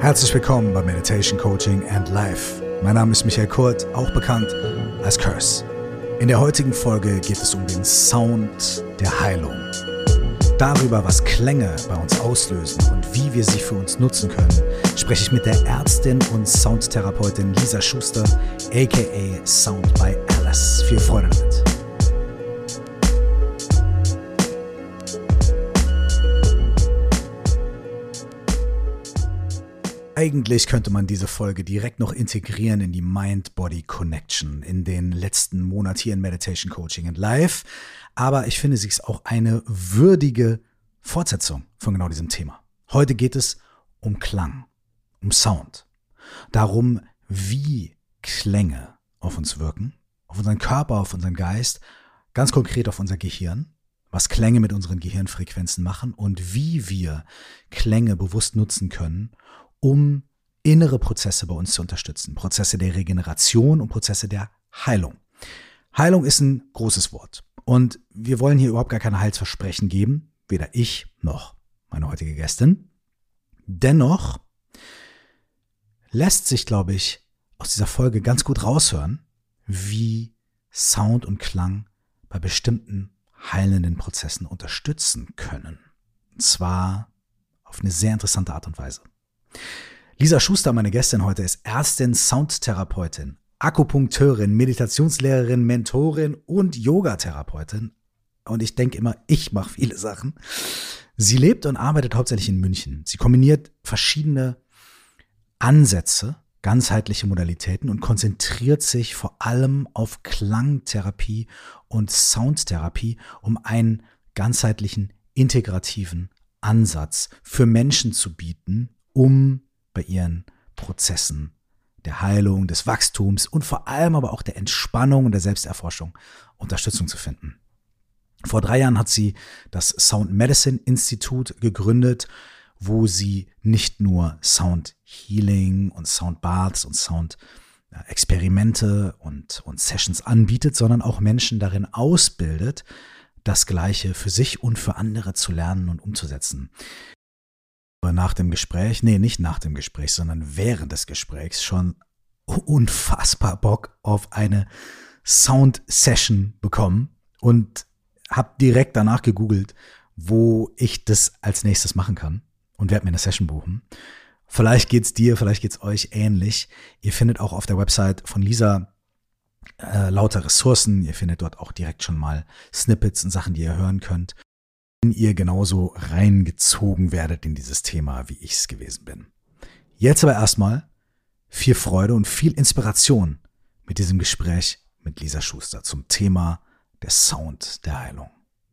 Herzlich willkommen bei Meditation Coaching and Life. Mein Name ist Michael Kurt, auch bekannt als Curse. In der heutigen Folge geht es um den Sound der Heilung. Darüber, was Klänge bei uns auslösen und wie wir sie für uns nutzen können, spreche ich mit der Ärztin und Soundtherapeutin Lisa Schuster, aka Sound by Alice. Viel Freude damit. Eigentlich könnte man diese Folge direkt noch integrieren in die Mind-Body-Connection in den letzten Monat hier in Meditation Coaching and Life. Aber ich finde, sie ist auch eine würdige Fortsetzung von genau diesem Thema. Heute geht es um Klang, um Sound. Darum, wie Klänge auf uns wirken, auf unseren Körper, auf unseren Geist, ganz konkret auf unser Gehirn, was Klänge mit unseren Gehirnfrequenzen machen und wie wir Klänge bewusst nutzen können, um innere Prozesse bei uns zu unterstützen. Prozesse der Regeneration und Prozesse der Heilung. Heilung ist ein großes Wort. Und wir wollen hier überhaupt gar keine Heilsversprechen geben. Weder ich noch meine heutige Gästin. Dennoch lässt sich, glaube ich, aus dieser Folge ganz gut raushören, wie Sound und Klang bei bestimmten heilenden Prozessen unterstützen können. Und zwar auf eine sehr interessante Art und Weise. Lisa Schuster, meine Gästin heute, ist Ärztin, Soundtherapeutin, Akupunkteurin, Meditationslehrerin, Mentorin und Yogatherapeutin. Und ich denke immer, ich mache viele Sachen. Sie lebt und arbeitet hauptsächlich in München. Sie kombiniert verschiedene Ansätze, ganzheitliche Modalitäten und konzentriert sich vor allem auf Klangtherapie und Soundtherapie, um einen ganzheitlichen, integrativen Ansatz für Menschen zu bieten, um bei ihren Prozessen der Heilung, des Wachstums und vor allem aber auch der Entspannung und der Selbsterforschung Unterstützung zu finden. Vor 3 Jahren hat sie das Sound Medicine Institut gegründet, wo sie nicht nur Sound Healing und Sound Baths und Sound Experimente und Sessions anbietet, sondern auch Menschen darin ausbildet, das Gleiche für sich und für andere zu lernen und umzusetzen. Nach dem Gespräch, nicht nach dem Gespräch, sondern während des Gesprächs schon unfassbar Bock auf eine Sound-Session bekommen und habe direkt danach gegoogelt, wo ich das als nächstes machen kann und werde mir eine Session buchen. Vielleicht geht's dir, vielleicht geht's euch ähnlich. Ihr findet auch auf der Website von Lisa lauter Ressourcen. Ihr findet dort auch direkt schon mal Snippets und Sachen, die ihr hören könnt. Wenn ihr genauso reingezogen werdet in dieses Thema, wie ich es gewesen bin. Jetzt aber erstmal viel Freude und viel Inspiration mit diesem Gespräch mit Lisa Schuster zum Thema der Sound der Heilung.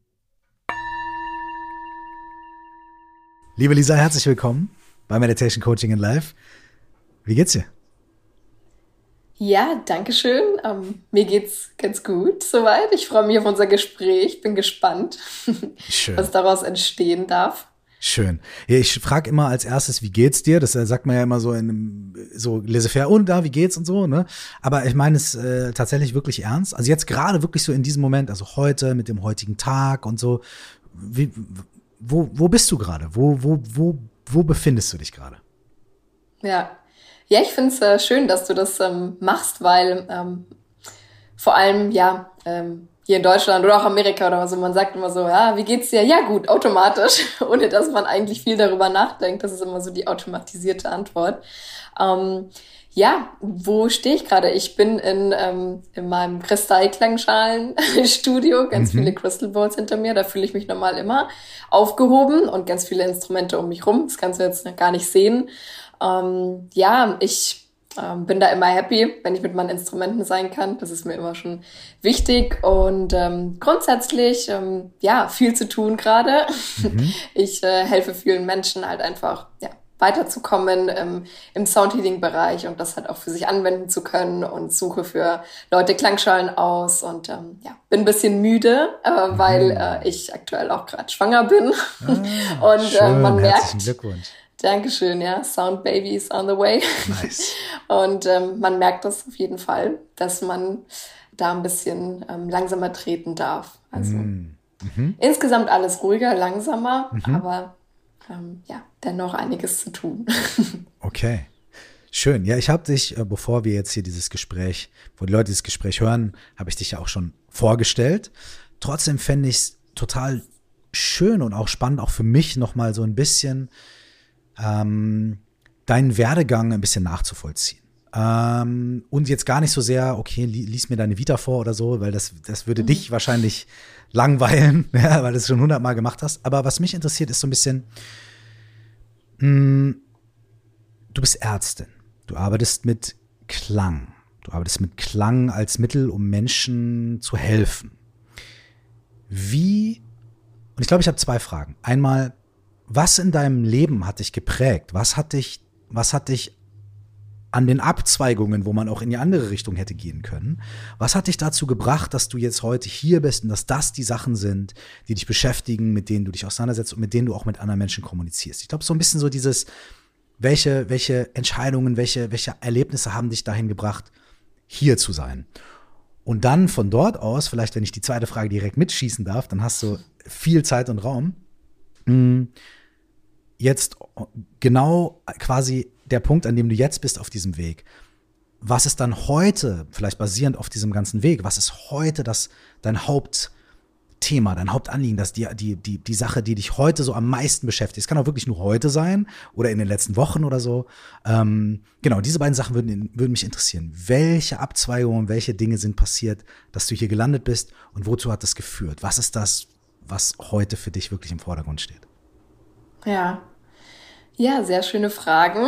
Liebe Lisa, herzlich willkommen bei Meditation Coaching in Life. Wie geht's dir? Ja, danke schön. Mir geht's ganz gut soweit. Ich freue mich auf unser Gespräch. Bin gespannt, Schön. Was daraus entstehen darf. Schön. Ja, ich frage immer als erstes, wie geht's dir? Das sagt man ja immer so so laissez-faire und da, wie geht's und so, ne? Aber ich meine es tatsächlich wirklich ernst. Also jetzt gerade wirklich so in diesem Moment, also heute mit dem heutigen Tag und so. Wo bist du gerade? Wo befindest du dich gerade? Ja, ich finde es schön, dass du das machst, weil vor allem hier in Deutschland oder auch Amerika oder so, man sagt immer so, ja, wie geht's dir? Ja gut, automatisch, ohne dass man eigentlich viel darüber nachdenkt. Das ist immer so die automatisierte Antwort. Wo stehe ich gerade? Ich bin in meinem Kristallklangschalen-Studio, ganz viele Crystal Bowls hinter mir, da fühle ich mich normal immer aufgehoben und ganz viele Instrumente um mich rum, das kannst du jetzt gar nicht sehen. Ich bin da immer happy, wenn ich mit meinen Instrumenten sein kann. Das ist mir immer schon wichtig und grundsätzlich viel zu tun gerade. Ich helfe vielen Menschen halt einfach weiterzukommen im Soundhealing-Bereich und das halt auch für sich anwenden zu können und suche für Leute Klangschalen aus und bin ein bisschen müde, weil ich aktuell auch gerade schwanger bin. Und schön, man merkt, herzlichen Glückwunsch. Dankeschön, ja. Sound Baby is on the way. Nice. Und man merkt das auf jeden Fall, dass man da ein bisschen langsamer treten darf. Also insgesamt alles ruhiger, langsamer, aber dennoch einiges zu tun. Okay. Schön. Ja, ich habe dich, bevor wir jetzt hier wo die Leute dieses Gespräch hören, habe ich dich ja auch schon vorgestellt. Trotzdem fände ich es total schön und auch spannend, auch für mich nochmal so ein bisschen deinen Werdegang ein bisschen nachzuvollziehen. Und jetzt gar nicht so sehr, okay, lies mir deine Vita vor oder so, weil das würde dich wahrscheinlich langweilen, ja, weil du es schon 100-mal gemacht hast. Aber was mich interessiert, ist so ein bisschen, du bist Ärztin. Du arbeitest mit Klang. Du arbeitest mit Klang als Mittel, um Menschen zu helfen. Und ich glaube, ich habe 2 Fragen. Einmal, was in deinem Leben hat dich geprägt? Was hat dich an den Abzweigungen, wo man auch in die andere Richtung hätte gehen können, was hat dich dazu gebracht, dass du jetzt heute hier bist und dass das die Sachen sind, die dich beschäftigen, mit denen du dich auseinandersetzt und mit denen du auch mit anderen Menschen kommunizierst? Ich glaube, so ein bisschen so dieses, welche Entscheidungen, welche Erlebnisse haben dich dahin gebracht, hier zu sein? Und dann von dort aus, vielleicht wenn ich die zweite Frage direkt mitschießen darf, dann hast du viel Zeit und Raum. Jetzt genau quasi der Punkt, an dem du jetzt bist auf diesem Weg. Was ist dann heute, vielleicht basierend auf diesem ganzen Weg, was ist heute dein Hauptthema, dein Hauptanliegen, die Sache, die dich heute so am meisten beschäftigt? Es kann auch wirklich nur heute sein oder in den letzten Wochen oder so. Genau, diese beiden Sachen würden mich interessieren. Welche Abzweigungen, welche Dinge sind passiert, dass du hier gelandet bist und wozu hat das geführt? Was ist das, was heute für dich wirklich im Vordergrund steht? Ja, sehr schöne Fragen.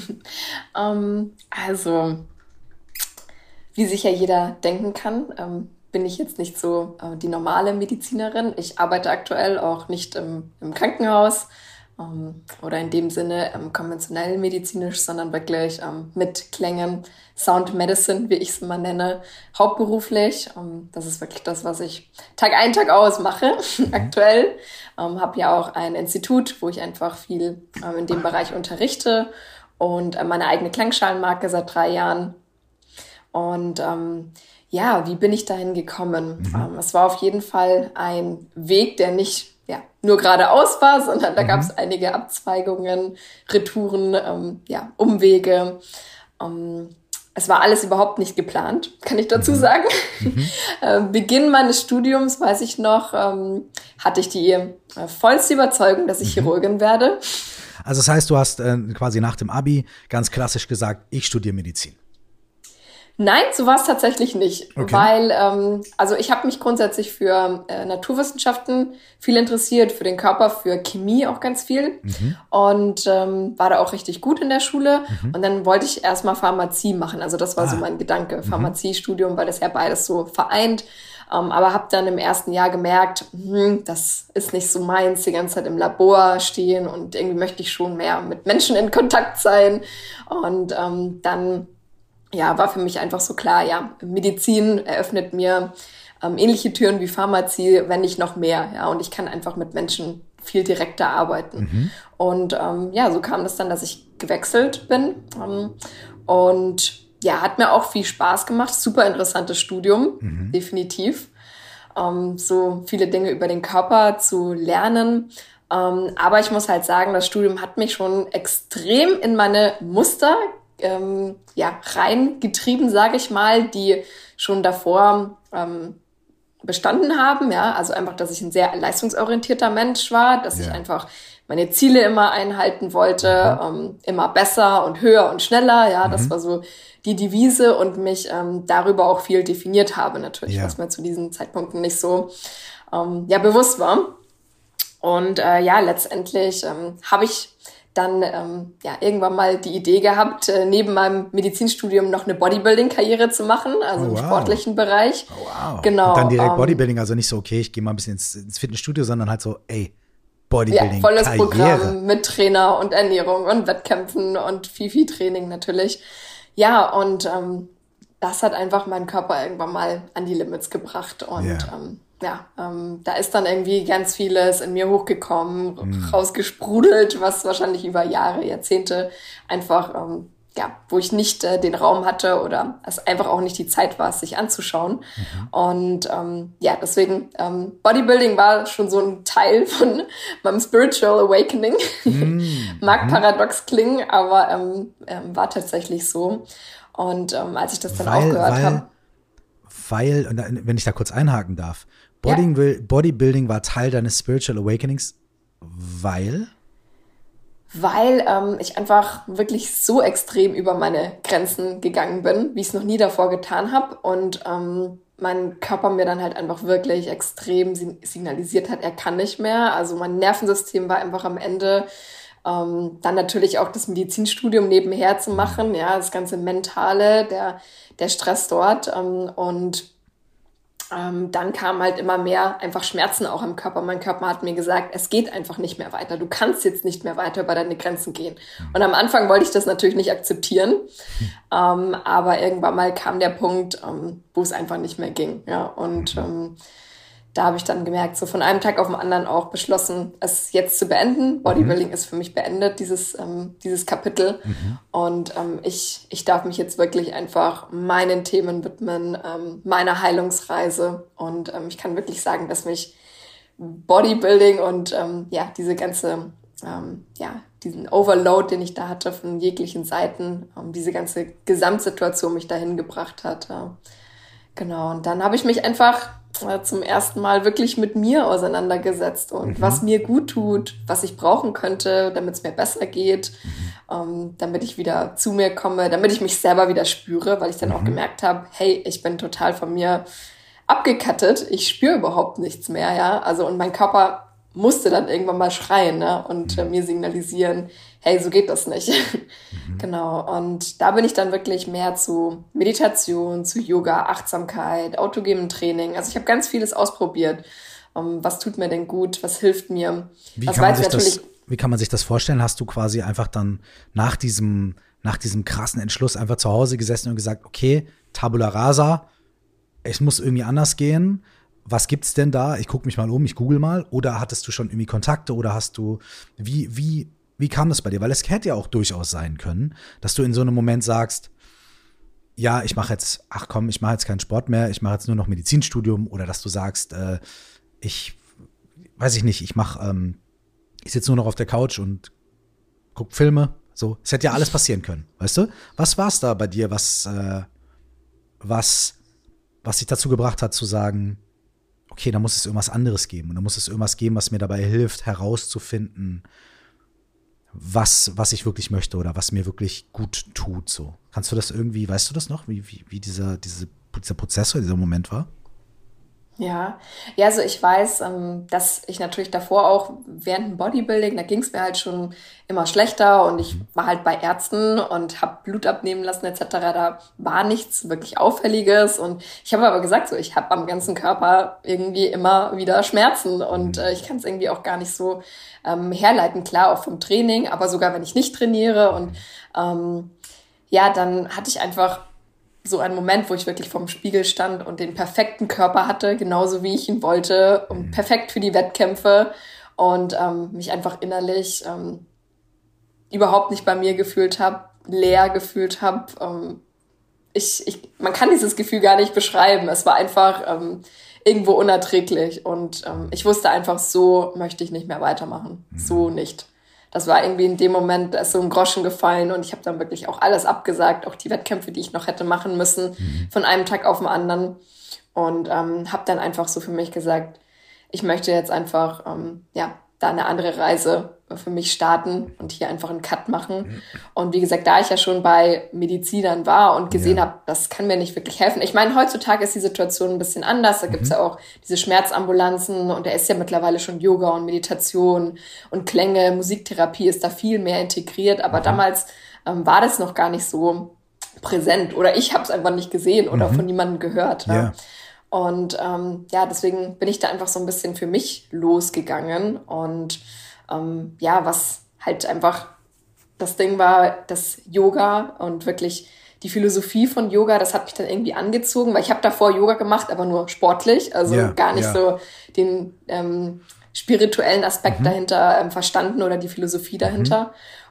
Also, wie sich ja jeder denken kann, bin ich jetzt nicht so die normale Medizinerin. Ich arbeite aktuell auch nicht im Krankenhaus oder in dem Sinne konventionell medizinisch, sondern wirklich mit Klängen, Sound Medicine, wie ich es mal nenne, hauptberuflich. Das ist wirklich das, was ich Tag ein, Tag aus mache aktuell. Habe ja auch ein Institut, wo ich einfach viel in dem Bereich unterrichte und meine eigene Klangschalenmarke seit 3 Jahren. Und wie bin ich dahin gekommen? Es war auf jeden Fall ein Weg, der nicht nur geradeaus war, sondern da gab es einige Abzweigungen, Retouren, Umwege. Es war alles überhaupt nicht geplant, kann ich dazu sagen. Beginn meines Studiums, weiß ich noch, hatte ich die vollste Überzeugung, dass ich Chirurgin werde. Also das heißt, du hast quasi nach dem Abi ganz klassisch gesagt, ich studiere Medizin. Nein, so war es tatsächlich nicht, Okay. weil ich habe mich grundsätzlich für Naturwissenschaften viel interessiert, für den Körper, für Chemie auch ganz viel und war da auch richtig gut in der Schule und dann wollte ich erstmal Pharmazie machen, also das war so mein Gedanke, Pharmaziestudium, weil das ja beides so vereint, aber habe dann im ersten Jahr gemerkt, das ist nicht so meins, die ganze Zeit im Labor stehen und irgendwie möchte ich schon mehr mit Menschen in Kontakt sein und dann war für mich einfach so klar, Medizin eröffnet mir ähnliche Türen wie Pharmazie, wenn nicht noch mehr. Und ich kann einfach mit Menschen viel direkter arbeiten. Und so kam das dann, dass ich gewechselt bin. Hat mir auch viel Spaß gemacht. Super interessantes Studium, definitiv. So viele Dinge über den Körper zu lernen. Aber ich muss halt sagen, das Studium hat mich schon extrem in meine Muster reingetrieben, sage ich mal, die schon davor bestanden haben. Also einfach, dass ich ein sehr leistungsorientierter Mensch war, dass ich einfach meine Ziele immer einhalten wollte, immer besser und höher und schneller. Das war so die Devise und mich darüber auch viel definiert habe natürlich, was mir zu diesen Zeitpunkten nicht so bewusst war. Und letztendlich habe ich dann irgendwann mal die Idee gehabt, neben meinem Medizinstudium noch eine Bodybuilding-Karriere zu machen, also im sportlichen Bereich. Oh, wow. Genau. Und dann direkt Bodybuilding, also nicht so, okay, ich gehe mal ein bisschen ins Fitnessstudio, sondern halt so, Bodybuilding-Karriere. Volles Programm mit Trainer und Ernährung und Wettkämpfen und Fifi-Training natürlich. Ja, und das hat einfach meinen Körper irgendwann mal an die Limits gebracht und da ist dann irgendwie ganz vieles in mir hochgekommen, rausgesprudelt, was wahrscheinlich über Jahre, Jahrzehnte einfach wo ich nicht den Raum hatte oder es einfach auch nicht die Zeit war, es sich anzuschauen. Und deswegen Bodybuilding war schon so ein Teil von meinem Spiritual Awakening. Mag paradox klingen, aber war tatsächlich so. Und als ich das dann auch gehört habe. Weil, und wenn ich da kurz einhaken darf, Bodybuilding war Teil deines Spiritual Awakenings, weil ich einfach wirklich so extrem über meine Grenzen gegangen bin, wie ich es noch nie davor getan habe. Und mein Körper mir dann halt einfach wirklich extrem signalisiert hat, er kann nicht mehr. Also mein Nervensystem war einfach am Ende. Dann natürlich auch das Medizinstudium nebenher zu machen, das ganze Mentale, der Stress dort. Dann kamen halt immer mehr einfach Schmerzen auch im Körper. Mein Körper hat mir gesagt, es geht einfach nicht mehr weiter. Du kannst jetzt nicht mehr weiter über deine Grenzen gehen. Und am Anfang wollte ich das natürlich nicht akzeptieren. Aber irgendwann mal kam der Punkt, wo es einfach nicht mehr ging. Ja, und da habe ich dann gemerkt, so von einem Tag auf den anderen auch beschlossen, es jetzt zu beenden. Bodybuilding ist für mich beendet, dieses Kapitel. Und ich darf mich jetzt wirklich einfach meinen Themen widmen, meiner Heilungsreise. Und ich kann wirklich sagen, dass mich Bodybuilding und diese ganze, diesen Overload, den ich da hatte von jeglichen Seiten, diese ganze Gesamtsituation mich dahin gebracht hat. Genau, und dann habe ich mich einfach zum ersten Mal wirklich mit mir auseinandergesetzt und was mir gut tut, was ich brauchen könnte, damit es mir besser geht, damit ich wieder zu mir komme, damit ich mich selber wieder spüre, weil ich dann auch gemerkt habe, hey, ich bin total von mir abgekattet, ich spüre überhaupt nichts mehr, ja, also und mein Körper musste dann irgendwann mal schreien, ne? Und mir signalisieren, hey, so geht das nicht. Genau, und da bin ich dann wirklich mehr zu Meditation, zu Yoga, Achtsamkeit, autogenem Training. Also ich habe ganz vieles ausprobiert. Was tut mir denn gut? Was hilft mir? Wie kann man sich das vorstellen? Hast du quasi einfach dann nach diesem krassen Entschluss einfach zu Hause gesessen und gesagt, okay, Tabula rasa, es muss irgendwie anders gehen. Was gibt's denn da? Ich gucke mich mal um, ich google mal. Oder hattest du schon irgendwie Kontakte oder hast du, wie kam das bei dir? Weil es hätte ja auch durchaus sein können, dass du in so einem Moment sagst, ja, ich mache jetzt keinen Sport mehr, ich mache jetzt nur noch Medizinstudium. Oder dass du sagst, ich sitze nur noch auf der Couch und guck Filme. So, es hätte ja alles passieren können, weißt du? Was war es da bei dir, was dich dazu gebracht hat zu sagen, okay, da muss es irgendwas anderes geben. Und da muss es irgendwas geben, was mir dabei hilft, herauszufinden, was ich wirklich möchte oder was mir wirklich gut tut. So. Kannst du das irgendwie, weißt du das noch, wie dieser Prozess oder dieser Moment war? Ja, also ich weiß, dass ich natürlich davor auch während dem Bodybuilding, da ging es mir halt schon immer schlechter und ich war halt bei Ärzten und habe Blut abnehmen lassen etc. Da war nichts wirklich Auffälliges und ich habe aber gesagt, so ich habe am ganzen Körper irgendwie immer wieder Schmerzen und ich kann es irgendwie auch gar nicht so herleiten, klar auch vom Training, aber sogar wenn ich nicht trainiere und dann hatte ich einfach so ein Moment, wo ich wirklich vorm Spiegel stand und den perfekten Körper hatte, genauso wie ich ihn wollte und perfekt für die Wettkämpfe und mich einfach innerlich überhaupt nicht bei mir gefühlt habe, leer gefühlt habe. Man kann dieses Gefühl gar nicht beschreiben. Es war einfach irgendwo unerträglich und ich wusste einfach, so möchte ich nicht mehr weitermachen. So nicht. Das war irgendwie in dem Moment, da ist so ein Groschen gefallen und ich habe dann wirklich auch alles abgesagt, auch die Wettkämpfe, die ich noch hätte machen müssen, von einem Tag auf den anderen. Und habe dann einfach so für mich gesagt, ich möchte jetzt einfach da eine andere Reise für mich starten und hier einfach einen Cut machen. Und wie gesagt, da ich ja schon bei Medizinern war und gesehen habe, das kann mir nicht wirklich helfen. Ich meine, heutzutage ist die Situation ein bisschen anders. Da gibt's ja auch diese Schmerzambulanzen und da ist ja mittlerweile schon Yoga und Meditation und Klänge, Musiktherapie ist da viel mehr integriert. Aber damals war das noch gar nicht so präsent oder ich habe es einfach nicht gesehen oder von niemandem gehört. Ja. Und deswegen bin ich da einfach so ein bisschen für mich losgegangen. Und was halt einfach das Ding war, das Yoga und wirklich die Philosophie von Yoga, das hat mich dann irgendwie angezogen, weil ich habe davor Yoga gemacht, aber nur sportlich, also gar nicht so den spirituellen Aspekt dahinter verstanden oder die Philosophie dahinter.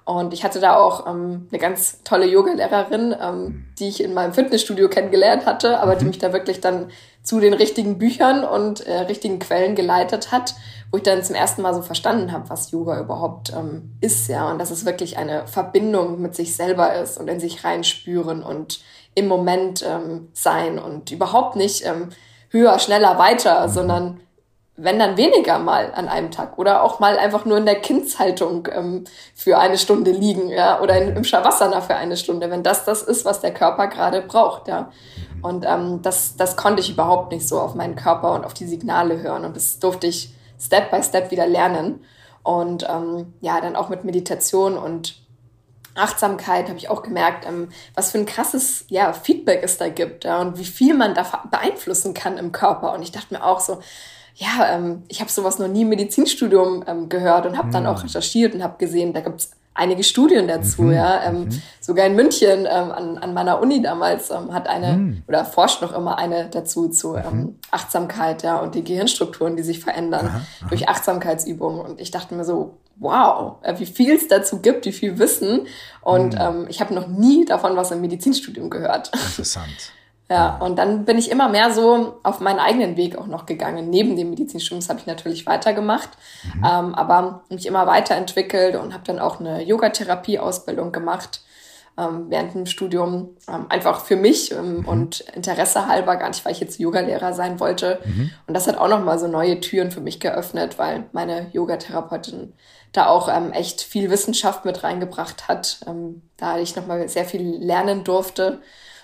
Und ich hatte da auch eine ganz tolle Yoga-Lehrerin, die ich in meinem Fitnessstudio kennengelernt hatte, aber die mich da wirklich dann zu den richtigen Büchern und richtigen Quellen geleitet hat, wo ich dann zum ersten Mal so verstanden habe, was Yoga überhaupt ist, ja, und dass es wirklich eine Verbindung mit sich selber ist und in sich reinspüren und im Moment sein und überhaupt nicht höher, schneller, weiter, sondern wenn dann weniger mal an einem Tag oder auch mal einfach nur in der Kindshaltung für eine Stunde liegen, ja, oder im Shavasana für eine Stunde, wenn das ist, was der Körper gerade braucht, ja. Und das konnte ich überhaupt nicht so auf meinen Körper und auf die Signale hören und das durfte ich Step by Step wieder lernen und dann auch mit Meditation und Achtsamkeit habe ich auch gemerkt, was für ein krasses Feedback es da gibt, ja, und wie viel man da beeinflussen kann im Körper. Und ich dachte mir auch so, ich habe sowas noch nie im Medizinstudium gehört und habe dann auch recherchiert und habe gesehen, da gibt's einige Studien dazu, sogar in München an meiner Uni damals hat eine oder forscht noch immer eine dazu zu Achtsamkeit, ja, und die Gehirnstrukturen, die sich verändern durch Achtsamkeitsübungen. Und ich dachte mir so, wow, wie viel es dazu gibt, wie viel Wissen. Und ich habe noch nie davon was im Medizinstudium gehört. Interessant. Ja, und dann bin ich immer mehr so auf meinen eigenen Weg auch noch gegangen. Neben dem Medizinstudium, das habe ich natürlich weitergemacht, aber mich immer weiterentwickelt und habe dann auch eine Yogatherapie-Ausbildung gemacht während dem Studium. Einfach für mich und Interesse halber, gar nicht, weil ich jetzt Yogalehrer sein wollte. Und das hat auch nochmal so neue Türen für mich geöffnet, weil meine Yogatherapeutin da auch echt viel Wissenschaft mit reingebracht hat, da ich nochmal sehr viel lernen durfte.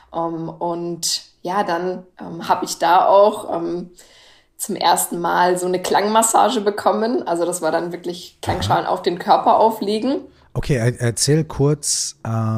Und ja, dann habe ich da auch zum ersten Mal so eine Klangmassage bekommen. Also das war dann wirklich Klangschalen auf den Körper auflegen. Okay, erzähl kurz,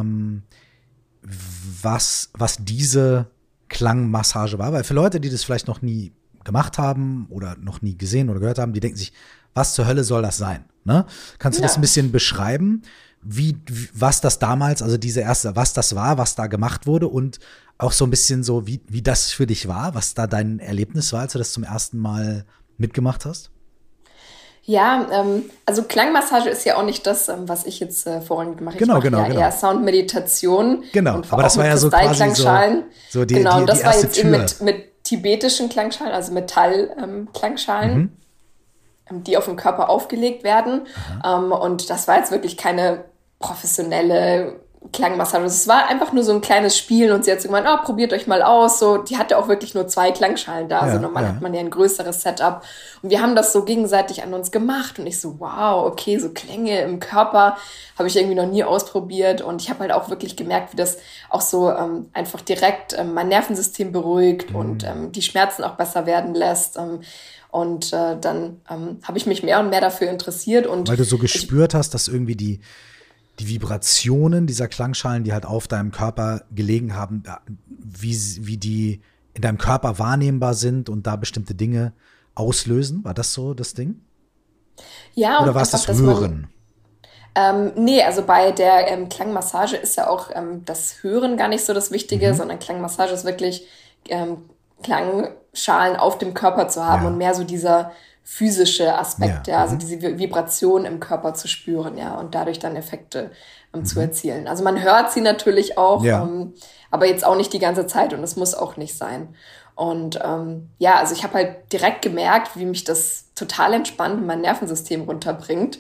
was diese Klangmassage war. Weil für Leute, die das vielleicht noch nie gemacht haben oder noch nie gesehen oder gehört haben, die denken sich, was zur Hölle soll das sein? Ne? Kannst du das ein bisschen beschreiben? Was das damals, also diese erste, was das war, was da gemacht wurde und auch so ein bisschen so, wie das für dich war, was da dein Erlebnis war, als du das zum ersten Mal mitgemacht hast? Ja, also Klangmassage ist ja auch nicht das, was ich jetzt vorrangig mache. Ich mache eher Soundmeditation. Genau, und aber das war ja so quasi so die, genau, und das die war erste jetzt Tür. eben mit tibetischen Klangschalen, also Metall-Klangschalen, die auf dem Körper aufgelegt werden. Und das war jetzt wirklich keine professionelle Klangmassage. Es war einfach nur so ein kleines Spiel und sie hat so gemeint, probiert euch mal aus. So, die hatte auch wirklich nur 2 Klangschalen da. Also normal hat man ja ein größeres Setup. Und wir haben das so gegenseitig an uns gemacht. Und ich so, wow, okay, so Klänge im Körper habe ich irgendwie noch nie ausprobiert. Und ich habe halt auch wirklich gemerkt, wie das auch so einfach direkt mein Nervensystem beruhigt und die Schmerzen auch besser werden lässt. Und dann habe ich mich mehr und mehr dafür interessiert. Und weil du so gespürt hast, dass irgendwie die Vibrationen dieser Klangschalen, die halt auf deinem Körper gelegen haben, wie die in deinem Körper wahrnehmbar sind und da bestimmte Dinge auslösen. War das so das Ding? Ja. Oder war es das Hören? Nee, also bei der Klangmassage ist ja auch das Hören gar nicht so das Wichtige, sondern Klangmassage ist wirklich Klangschalen auf dem Körper zu haben und mehr so dieser physische Aspekt, also diese Vibration im Körper zu spüren, und dadurch dann Effekte zu erzielen. Also man hört sie natürlich auch, aber jetzt auch nicht die ganze Zeit und es muss auch nicht sein. Und also ich habe halt direkt gemerkt, wie mich das total entspannt und mein Nervensystem runterbringt.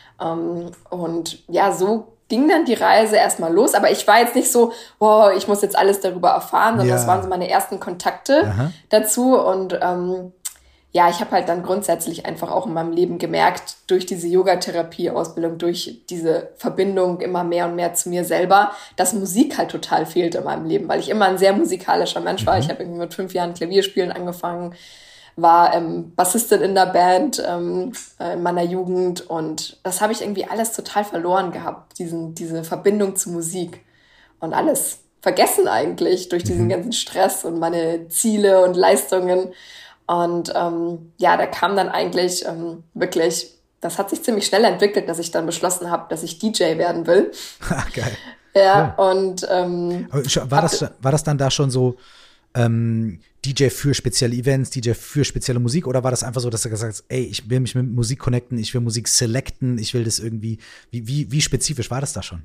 Und so ging dann die Reise erstmal los, aber ich war jetzt nicht so, wow, ich muss jetzt alles darüber erfahren, sondern das waren so meine ersten Kontakte dazu und ich habe halt dann grundsätzlich einfach auch in meinem Leben gemerkt, durch diese Yogatherapie-Ausbildung, durch diese Verbindung immer mehr und mehr zu mir selber, dass Musik halt total fehlt in meinem Leben, weil ich immer ein sehr musikalischer Mensch war. Ich habe irgendwie mit 5 Jahren Klavierspielen angefangen, war Bassistin in der Band in meiner Jugend und das habe ich irgendwie alles total verloren gehabt, diese Verbindung zu Musik und alles vergessen eigentlich durch diesen ganzen Stress und meine Ziele und Leistungen. Und da kam dann eigentlich wirklich, das hat sich ziemlich schnell entwickelt, dass ich dann beschlossen habe, dass ich DJ werden will. Geil. Ja, cool. Und war das dann da schon so DJ für spezielle Events, DJ für spezielle Musik, oder war das einfach so, dass du gesagt hast, ey, ich will mich mit Musik connecten, ich will Musik selecten, ich will das irgendwie, wie spezifisch war das da schon?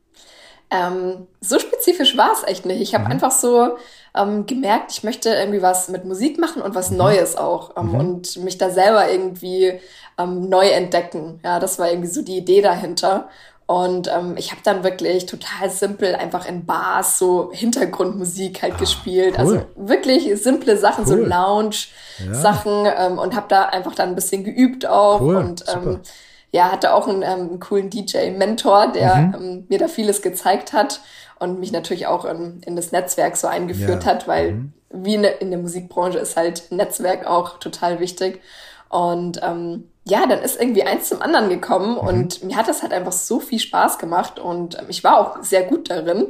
So spezifisch war es echt nicht. Ich habe einfach so gemerkt, ich möchte irgendwie was mit Musik machen und was Neues auch und mich da selber irgendwie neu entdecken. Ja, das war irgendwie so die Idee dahinter. Und ich habe dann wirklich total simpel einfach in Bars so Hintergrundmusik halt gespielt. Cool. Also wirklich simple Sachen, so Cool. Lounge-Sachen und habe da einfach dann ein bisschen geübt auch. Cool, Und super. ja, hatte auch einen coolen DJ-Mentor, der mir da vieles gezeigt hat und mich natürlich auch in das Netzwerk so eingeführt Ja. hat, weil wie in der Musikbranche ist halt Netzwerk auch total wichtig. Und ja, dann ist irgendwie eins zum anderen gekommen und mir hat das halt einfach so viel Spaß gemacht und ich war auch sehr gut darin.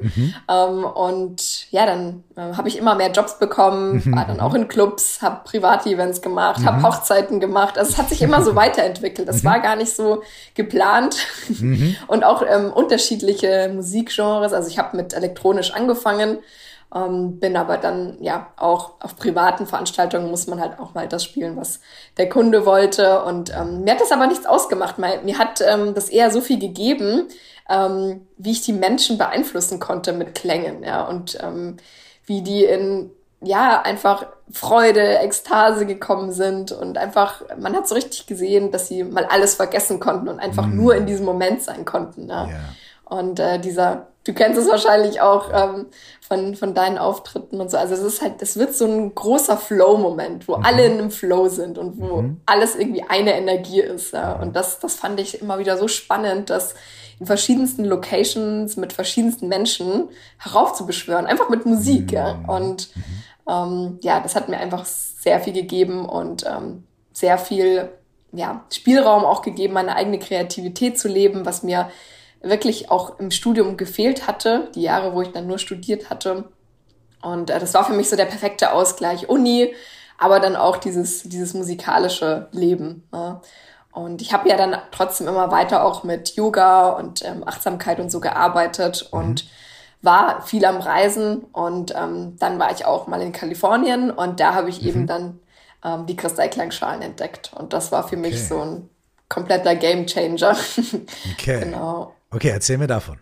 Und ja, dann habe ich immer mehr Jobs bekommen, war dann auch in Clubs, habe Private-Events gemacht, habe Hochzeiten gemacht. Also es hat sich immer so weiterentwickelt. Das war gar nicht so geplant. Und auch unterschiedliche Musikgenres. Also ich habe mit elektronisch angefangen. Bin aber dann ja auch auf privaten Veranstaltungen muss man halt auch mal das spielen, was der Kunde wollte. Und mir hat das aber nichts ausgemacht. Mir hat das eher so viel gegeben, wie ich die Menschen beeinflussen konnte mit Klängen, ja, und wie die in ja einfach Freude, Ekstase gekommen sind und einfach, man hat so richtig gesehen, dass sie mal alles vergessen konnten und einfach nur in diesem Moment sein konnten. Ja. Ja. Und du kennst es wahrscheinlich auch von deinen Auftritten und so. Also es ist halt, es wird so ein großer Flow-Moment, wo alle in einem Flow sind und wo alles irgendwie eine Energie ist. Ja. Und das fand ich immer wieder so spannend, das in verschiedensten Locations mit verschiedensten Menschen heraufzubeschwören, einfach mit Musik. Ja. Und ja, das hat mir einfach sehr viel gegeben und sehr viel Spielraum auch gegeben, meine eigene Kreativität zu leben, was mir wirklich auch im Studium gefehlt hatte, die Jahre, wo ich dann nur studiert hatte. Und das war für mich so der perfekte Ausgleich. Uni, aber dann auch dieses musikalische Leben. Ne? Und ich habe ja dann trotzdem immer weiter auch mit Yoga und Achtsamkeit und so gearbeitet und war viel am Reisen. Und dann war ich auch mal in Kalifornien und da habe ich eben dann die Kristallklangschalen entdeckt. Und das war für mich so ein kompletter Gamechanger. Okay. Genau. Okay, erzähl mir davon.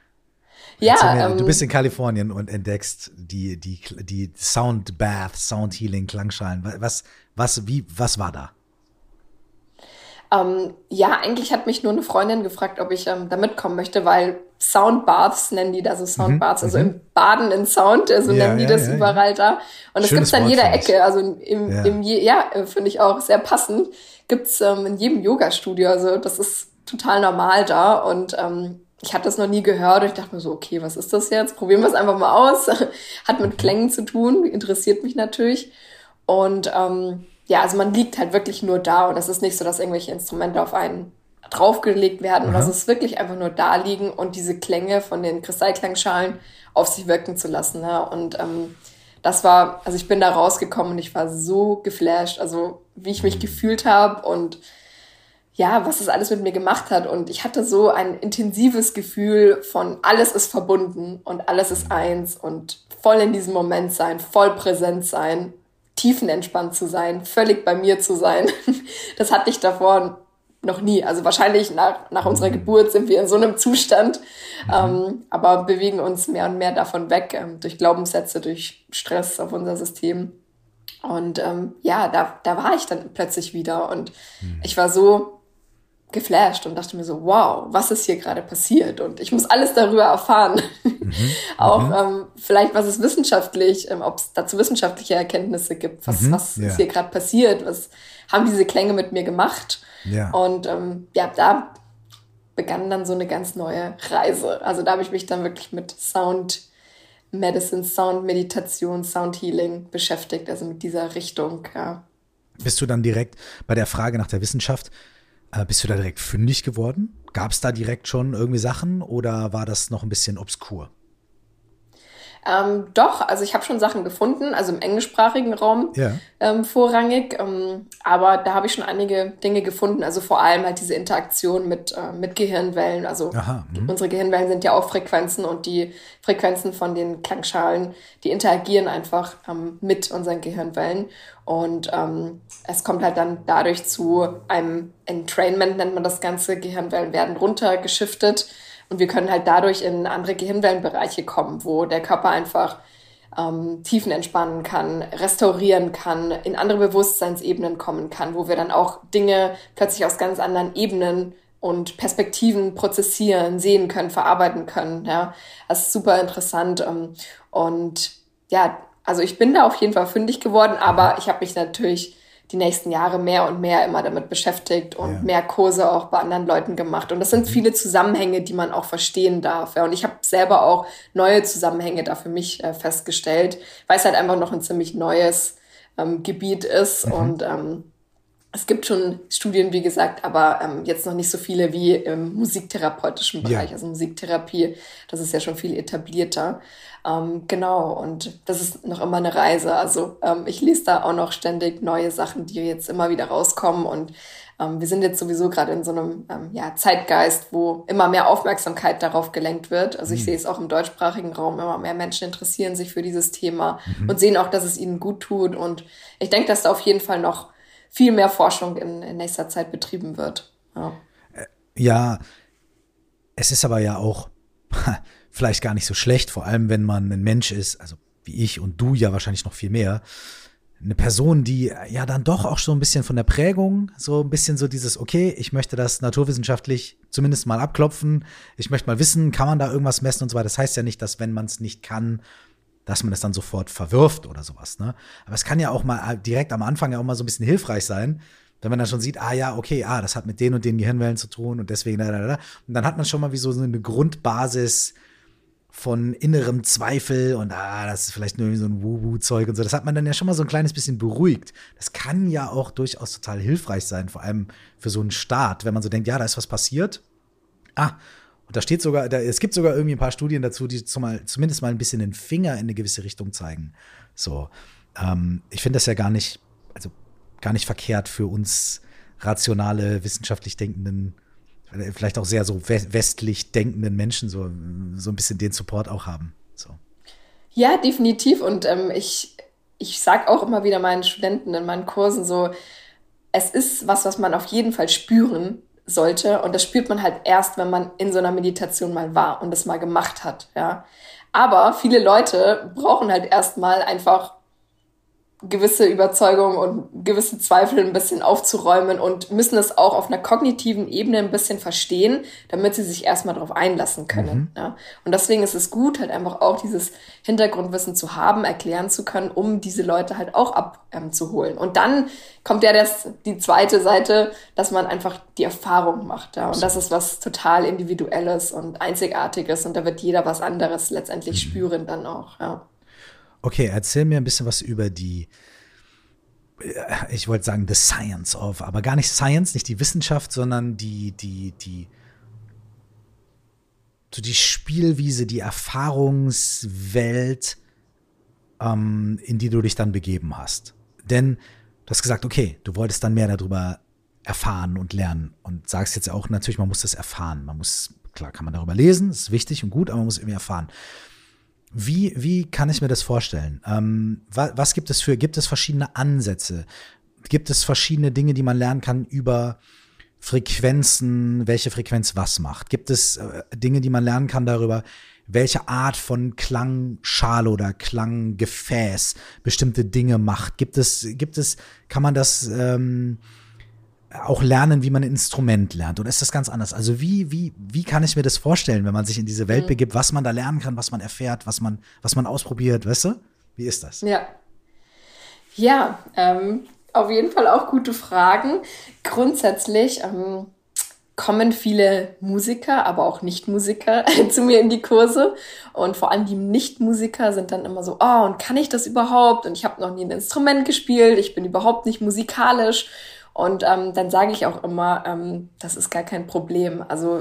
Ja, Du bist in Kalifornien und entdeckst die Sound Bath, Sound Healing, Klangschalen. Was war da? Ja, eigentlich hat mich nur eine Freundin gefragt, ob ich da mitkommen möchte, weil Soundbaths nennen die da so Soundbaths, also im Baden in Sound, so nennen die das überall da. Und das gibt's an jeder Ecke, also finde ich auch sehr passend, gibt's in jedem Yoga-Studio, also das ist total normal da und ich hatte das noch nie gehört und ich dachte mir so, okay, was ist das jetzt? Probieren wir es einfach mal aus. Hat mit Klängen zu tun, interessiert mich natürlich. Und ja, also man liegt halt wirklich nur da und es ist nicht so, dass irgendwelche Instrumente auf einen draufgelegt werden. Und es ist wirklich einfach nur da liegen und diese Klänge von den Kristallklangschalen auf sich wirken zu lassen. Ja. Und das war, also ich bin da rausgekommen und ich war so geflasht, also wie ich mich gefühlt habe und ja, was das alles mit mir gemacht hat. Und ich hatte so ein intensives Gefühl von alles ist verbunden und alles ist eins und voll in diesem Moment sein, voll präsent sein, tiefenentspannt zu sein, völlig bei mir zu sein. Das hatte ich davor noch nie. Also wahrscheinlich nach unserer Geburt sind wir in so einem Zustand, aber bewegen uns mehr und mehr davon weg, durch Glaubenssätze, durch Stress auf unser System. Und ja, da war ich dann plötzlich wieder und ich war so geflasht und dachte mir so, wow, was ist hier gerade passiert? Und ich muss alles darüber erfahren. Auch vielleicht, was ist wissenschaftlich, ob es dazu wissenschaftliche Erkenntnisse gibt, was ist hier gerade passiert, was haben diese Klänge mit mir gemacht? Ja. Und ja, da begann dann so eine ganz neue Reise. Also da habe ich mich dann wirklich mit Sound Medicine, Sound Meditation, Sound Healing beschäftigt, also mit dieser Richtung, ja. Bist du dann direkt bei der Frage nach der Wissenschaft, bist du da direkt fündig geworden? Gab es da direkt schon irgendwie Sachen oder war das noch ein bisschen obskur? Doch, also ich habe schon Sachen gefunden, also im englischsprachigen Raum vorrangig, aber da habe ich schon einige Dinge gefunden, also vor allem halt diese Interaktion mit Gehirnwellen, also unsere Gehirnwellen sind ja auch Frequenzen und die Frequenzen von den Klangschalen, die interagieren einfach mit unseren Gehirnwellen und es kommt halt dann dadurch zu einem Entrainment, nennt man das Ganze, Gehirnwellen werden runtergeschiftet. Und wir können halt dadurch in andere Gehirnwellenbereiche kommen, wo der Körper einfach Tiefen entspannen kann, restaurieren kann, in andere Bewusstseinsebenen kommen kann, wo wir dann auch Dinge plötzlich aus ganz anderen Ebenen und Perspektiven prozessieren, sehen können, verarbeiten können. Ja, das ist super interessant. Und ja, also ich bin da auf jeden Fall fündig geworden, aber ich habe mich natürlich die nächsten Jahre mehr und mehr immer damit beschäftigt und mehr Kurse auch bei anderen Leuten gemacht. Und das sind viele Zusammenhänge, die man auch verstehen darf. Ja. Und ich habe selber auch neue Zusammenhänge da für mich festgestellt, weil es halt einfach noch ein ziemlich neues Gebiet ist. Und es gibt schon Studien, wie gesagt, aber jetzt noch nicht so viele wie im musiktherapeutischen Bereich. Also Musiktherapie, das ist ja schon viel etablierter. Genau, und das ist noch immer eine Reise. Also ich lese da auch noch ständig neue Sachen, die jetzt immer wieder rauskommen. Und wir sind jetzt sowieso gerade in so einem Zeitgeist, wo immer mehr Aufmerksamkeit darauf gelenkt wird. Also ich sehe es auch im deutschsprachigen Raum, immer mehr Menschen interessieren sich für dieses Thema und sehen auch, dass es ihnen gut tut. Und ich denke, dass da auf jeden Fall noch viel mehr Forschung in nächster Zeit betrieben wird. Ja, es ist aber ja auch vielleicht gar nicht so schlecht, vor allem wenn man ein Mensch ist, also wie ich und du ja wahrscheinlich noch viel mehr, eine Person, die ja dann doch auch so ein bisschen von der Prägung, so ein bisschen so dieses, okay, ich möchte das naturwissenschaftlich zumindest mal abklopfen, ich möchte mal wissen, kann man da irgendwas messen und so weiter. Das heißt ja nicht, dass wenn man es nicht kann, dass man es dann sofort verwirft oder sowas, ne? Aber es kann ja auch mal direkt am Anfang ja auch mal so ein bisschen hilfreich sein, wenn man dann schon sieht, das hat mit den und den Gehirnwellen zu tun und deswegen Und dann hat man schon mal wie so eine Grundbasis von innerem Zweifel und das ist vielleicht nur so ein Wuhu-Zeug und so. Das hat man dann ja schon mal so ein kleines bisschen beruhigt. Das kann ja auch durchaus total hilfreich sein, vor allem für so einen Start, wenn man so denkt, ja, da ist was passiert. Und da steht sogar, es gibt sogar irgendwie ein paar Studien dazu, die zumindest mal ein bisschen den Finger in eine gewisse Richtung zeigen. So, ich finde das ja gar nicht verkehrt für uns rationale, wissenschaftlich denkenden, vielleicht auch sehr so westlich denkenden Menschen so ein bisschen den Support auch haben. So. Ja, definitiv. Und ich sage auch immer wieder meinen Studenten in meinen Kursen so, es ist was man auf jeden Fall spüren sollte. Und das spürt man halt erst, wenn man in so einer Meditation mal war und das mal gemacht hat. Ja. Aber viele Leute brauchen halt erstmal einfach gewisse Überzeugungen und gewisse Zweifel ein bisschen aufzuräumen und müssen es auch auf einer kognitiven Ebene ein bisschen verstehen, damit sie sich erstmal darauf einlassen können. Ja. Und deswegen ist es gut, halt einfach auch dieses Hintergrundwissen zu haben, erklären zu können, um diese Leute halt auch abzuholen. Und dann kommt ja die zweite Seite, dass man einfach die Erfahrung macht. Ja. Und das ist was total Individuelles und Einzigartiges und da wird jeder was anderes letztendlich spüren dann auch. Ja. Okay, erzähl mir ein bisschen was über ich wollte sagen, the science of, aber gar nicht Science, nicht die Wissenschaft, sondern die Spielwiese, die Erfahrungswelt, in die du dich dann begeben hast. Denn du hast gesagt, okay, du wolltest dann mehr darüber erfahren und lernen und sagst jetzt auch natürlich, man muss das erfahren. Klar kann man darüber lesen, ist wichtig und gut, aber man muss irgendwie erfahren. Wie kann ich mir das vorstellen? Was gibt es verschiedene Ansätze? Gibt es verschiedene Dinge, die man lernen kann über Frequenzen, welche Frequenz was macht? Gibt es Dinge, die man lernen kann darüber, welche Art von Klangschale oder Klanggefäß bestimmte Dinge macht? Kann man das auch lernen, wie man ein Instrument lernt? Oder ist das ganz anders? Also wie kann ich mir das vorstellen, wenn man sich in diese Welt begibt, was man da lernen kann, was man erfährt, was man ausprobiert, weißt du? Wie ist das? Ja, auf jeden Fall auch gute Fragen. Grundsätzlich kommen viele Musiker, aber auch Nicht-Musiker zu mir in die Kurse. Und vor allem die Nicht-Musiker sind dann immer so, und kann ich das überhaupt? Und ich habe noch nie ein Instrument gespielt, ich bin überhaupt nicht musikalisch. Und dann sage ich auch immer, das ist gar kein Problem. Also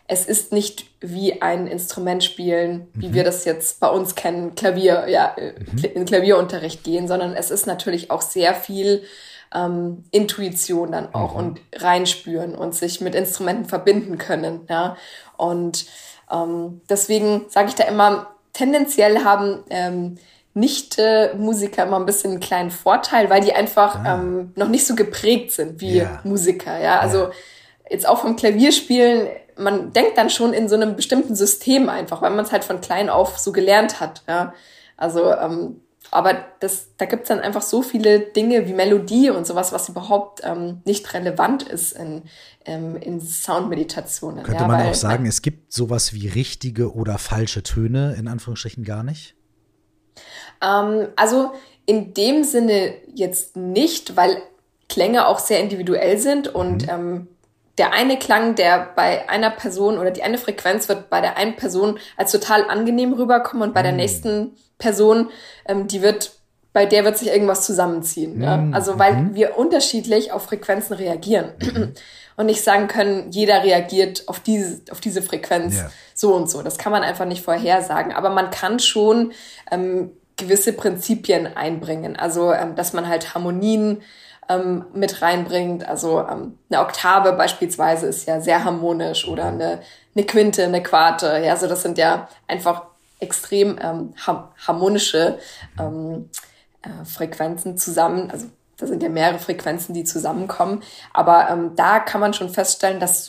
es ist nicht wie ein Instrument spielen, wie wir das jetzt bei uns kennen, Klavier, in Klavierunterricht gehen, sondern es ist natürlich auch sehr viel Intuition dann auch und reinspüren und sich mit Instrumenten verbinden können. Ja? Und deswegen sage ich da immer, tendenziell haben Nicht-Musiker immer ein bisschen einen kleinen Vorteil, weil die einfach noch nicht so geprägt sind wie Musiker. Ja? Also jetzt auch vom Klavierspielen, man denkt dann schon in so einem bestimmten System einfach, weil man es halt von klein auf so gelernt hat. Ja? Also aber da gibt's dann einfach so viele Dinge wie Melodie und sowas, was überhaupt nicht relevant ist in Soundmeditationen. Könnte man auch sagen, es gibt sowas wie richtige oder falsche Töne, in Anführungsstrichen gar nicht? Also in dem Sinne jetzt nicht, weil Klänge auch sehr individuell sind und der eine Klang, der bei einer Person oder die eine Frequenz wird bei der einen Person als total angenehm rüberkommen und bei der nächsten Person, bei der wird sich irgendwas zusammenziehen. Ja? Also weil wir unterschiedlich auf Frequenzen reagieren und nicht sagen können, jeder reagiert auf diese Frequenz so und so. Das kann man einfach nicht vorhersagen. Aber man kann schon gewisse Prinzipien einbringen. Also dass man halt Harmonien mit reinbringt. Also eine Oktave beispielsweise ist ja sehr harmonisch oder eine Quinte, eine Quarte. Ja, also das sind ja einfach extrem harmonische Frequenzen zusammen. Also da sind ja mehrere Frequenzen, die zusammenkommen. Aber da kann man schon feststellen, dass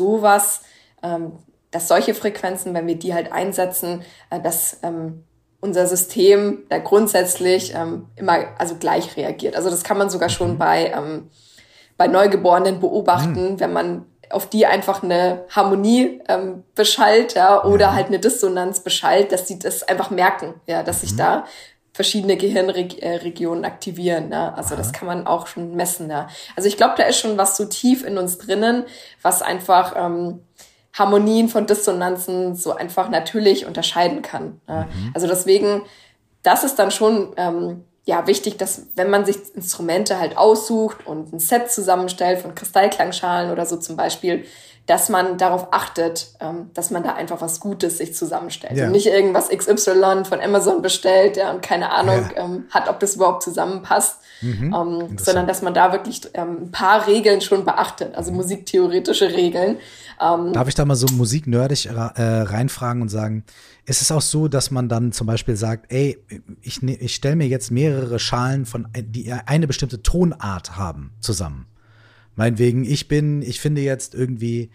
dass solche Frequenzen, wenn wir die halt einsetzen, dass unser System da grundsätzlich immer gleich reagiert. Also das kann man sogar schon bei Neugeborenen beobachten, wenn man auf die einfach eine Harmonie beschallt, oder halt eine Dissonanz beschallt, dass sie das einfach merken, dass sich da verschiedene Gehirnregionen aktivieren. Also das kann man auch schon messen. Also ich glaube, da ist schon was so tief in uns drinnen, was einfach Harmonien von Dissonanzen so einfach natürlich unterscheiden kann. Also deswegen, das ist dann schon wichtig, dass wenn man sich Instrumente halt aussucht und ein Set zusammenstellt von Kristallklangschalen oder so zum Beispiel, dass man darauf achtet, dass man da einfach was Gutes sich zusammenstellt und nicht irgendwas XY von Amazon bestellt und keine Ahnung hat, ob das überhaupt zusammenpasst, sondern dass man da wirklich ein paar Regeln schon beachtet, also musiktheoretische Regeln. Darf ich da mal so musiknerdig reinfragen und sagen, ist es auch so, dass man dann zum Beispiel sagt, ey, ich stelle mir jetzt mehrere Schalen die eine bestimmte Tonart haben, zusammen. Meinetwegen, ich finde jetzt irgendwie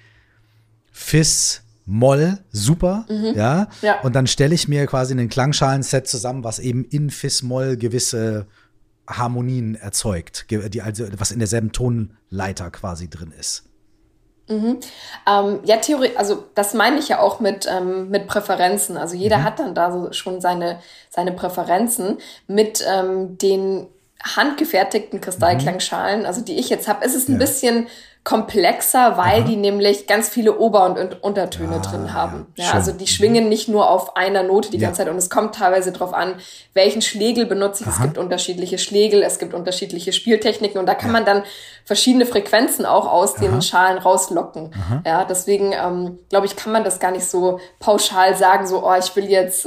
Fis-Moll super, und dann stelle ich mir quasi ein Klangschalenset zusammen, was eben in Fis-Moll gewisse Harmonien erzeugt, was in derselben Tonleiter quasi drin ist. Theorie, also das meine ich ja auch mit Präferenzen. Also jeder hat dann da so schon seine Präferenzen mit den handgefertigten Kristallklangschalen, also die ich jetzt habe, ist es ein bisschen komplexer, weil die nämlich ganz viele Ober- und Untertöne drin haben. Also die schwingen nicht nur auf einer Note die ganze Zeit und es kommt teilweise drauf an, welchen Schlegel benutze ich. Es gibt unterschiedliche Schlegel, es gibt unterschiedliche Spieltechniken und da kann man dann verschiedene Frequenzen auch aus den Schalen rauslocken. Deswegen glaube ich, kann man das gar nicht so pauschal sagen, so, ich will jetzt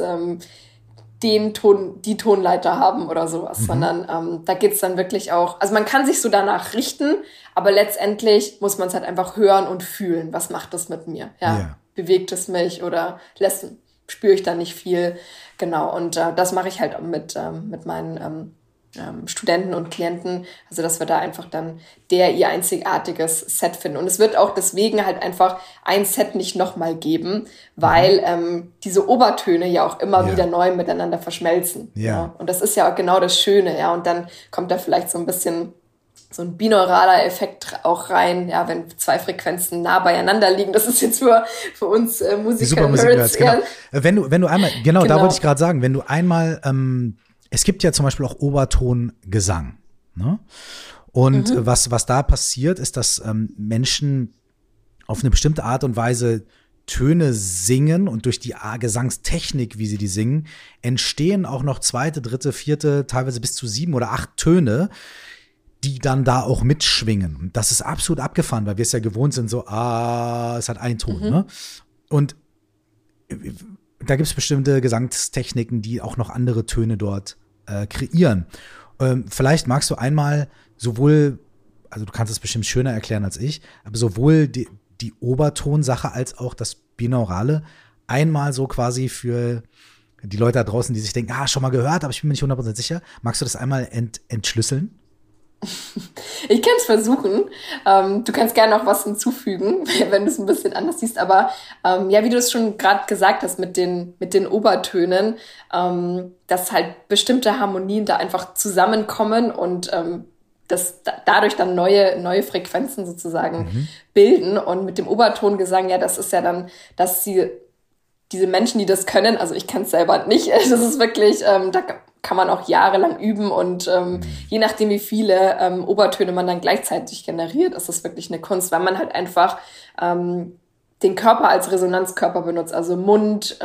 die Tonleiter haben oder sowas, sondern da geht's dann wirklich auch, also man kann sich so danach richten, aber letztendlich muss man es halt einfach hören und fühlen. Was macht das mit mir? Bewegt es mich oder spüre ich da nicht viel? Genau, und das mache ich halt mit meinen Studenten und Klienten, also dass wir da einfach dann ihr einzigartiges Set finden. Und es wird auch deswegen halt einfach ein Set nicht nochmal geben, weil diese Obertöne ja auch immer wieder neu miteinander verschmelzen. Und das ist ja genau das Schöne, und dann kommt da vielleicht so ein bisschen so ein binauraler Effekt auch rein, wenn zwei Frequenzen nah beieinander liegen. Das ist jetzt für uns Musiker. Super Musik-Nerds, genau. Wenn du einmal, genau, da wollte ich gerade sagen, wenn du einmal es gibt ja zum Beispiel auch Obertongesang, ne? Und was da passiert, ist, dass Menschen auf eine bestimmte Art und Weise Töne singen und durch die Gesangstechnik, wie sie die singen, entstehen auch noch zweite, dritte, vierte, teilweise bis zu 7 oder 8 Töne, die dann da auch mitschwingen. Und das ist absolut abgefahren, weil wir es ja gewohnt sind, so, es hat einen Ton, ne? Und da gibt es bestimmte Gesangstechniken, die auch noch andere Töne dort kreieren. Vielleicht magst du einmal sowohl, also du kannst es bestimmt schöner erklären als ich, aber sowohl die Obertonsache als auch das Binaurale einmal so quasi für die Leute da draußen, die sich denken, schon mal gehört, aber ich bin mir nicht 100% sicher. Magst du das einmal entschlüsseln? Ich kann es versuchen. Du kannst gerne noch was hinzufügen, wenn du es ein bisschen anders siehst. Aber wie du es schon gerade gesagt hast mit den Obertönen, dass halt bestimmte Harmonien da einfach zusammenkommen und dass dadurch dann neue Frequenzen sozusagen bilden. Und mit dem Obertongesang, das ist ja dann, dass diese Menschen, die das können, also ich kann es selber nicht, das ist wirklich, da kann man auch jahrelang üben und je nachdem, wie viele Obertöne man dann gleichzeitig generiert, ist das wirklich eine Kunst, weil man halt einfach den Körper als Resonanzkörper benutzt, also Mund,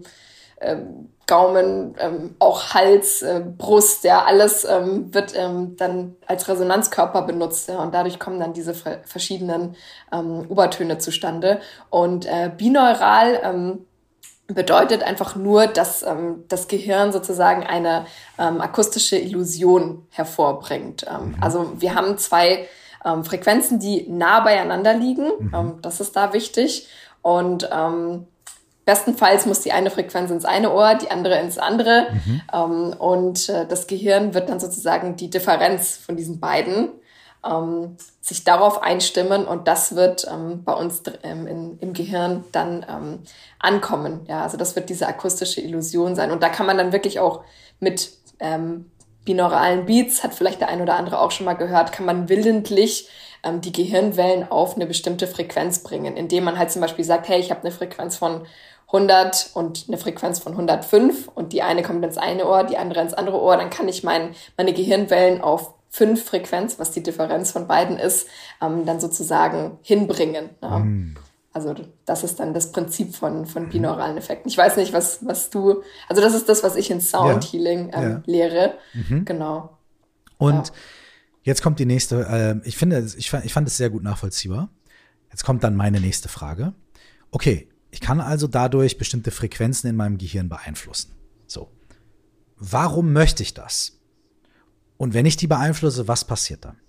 Gaumen, auch Hals, Brust, alles wird dann als Resonanzkörper benutzt, und dadurch kommen dann diese verschiedenen Obertöne zustande. Und binaural bedeutet einfach nur, dass das Gehirn sozusagen eine akustische Illusion hervorbringt. Also wir haben zwei Frequenzen, die nah beieinander liegen. Das ist da wichtig. Und bestenfalls muss die eine Frequenz ins eine Ohr, die andere ins andere. Und das Gehirn wird dann sozusagen die Differenz von diesen beiden sich darauf einstimmen, und das wird bei uns im Gehirn dann ankommen. Ja, also das wird diese akustische Illusion sein. Und da kann man dann wirklich auch mit binauralen Beats, hat vielleicht der ein oder andere auch schon mal gehört, kann man willentlich die Gehirnwellen auf eine bestimmte Frequenz bringen, indem man halt zum Beispiel sagt, hey, ich habe eine Frequenz von 100 und eine Frequenz von 105 und die eine kommt ins eine Ohr, die andere ins andere Ohr, dann kann ich meine Gehirnwellen auf 5 Frequenz, was die Differenz von beiden ist, dann sozusagen hinbringen. Ja. Also das ist dann das Prinzip von binauralen Effekten. Ich weiß nicht, was du, also das ist das, was ich in Sound Healing lehre. Genau. Und jetzt kommt die nächste, ich fand es sehr gut nachvollziehbar. Jetzt kommt dann meine nächste Frage. Okay, ich kann also dadurch bestimmte Frequenzen in meinem Gehirn beeinflussen. So. Warum möchte ich das? Und wenn ich die beeinflusse, was passiert dann?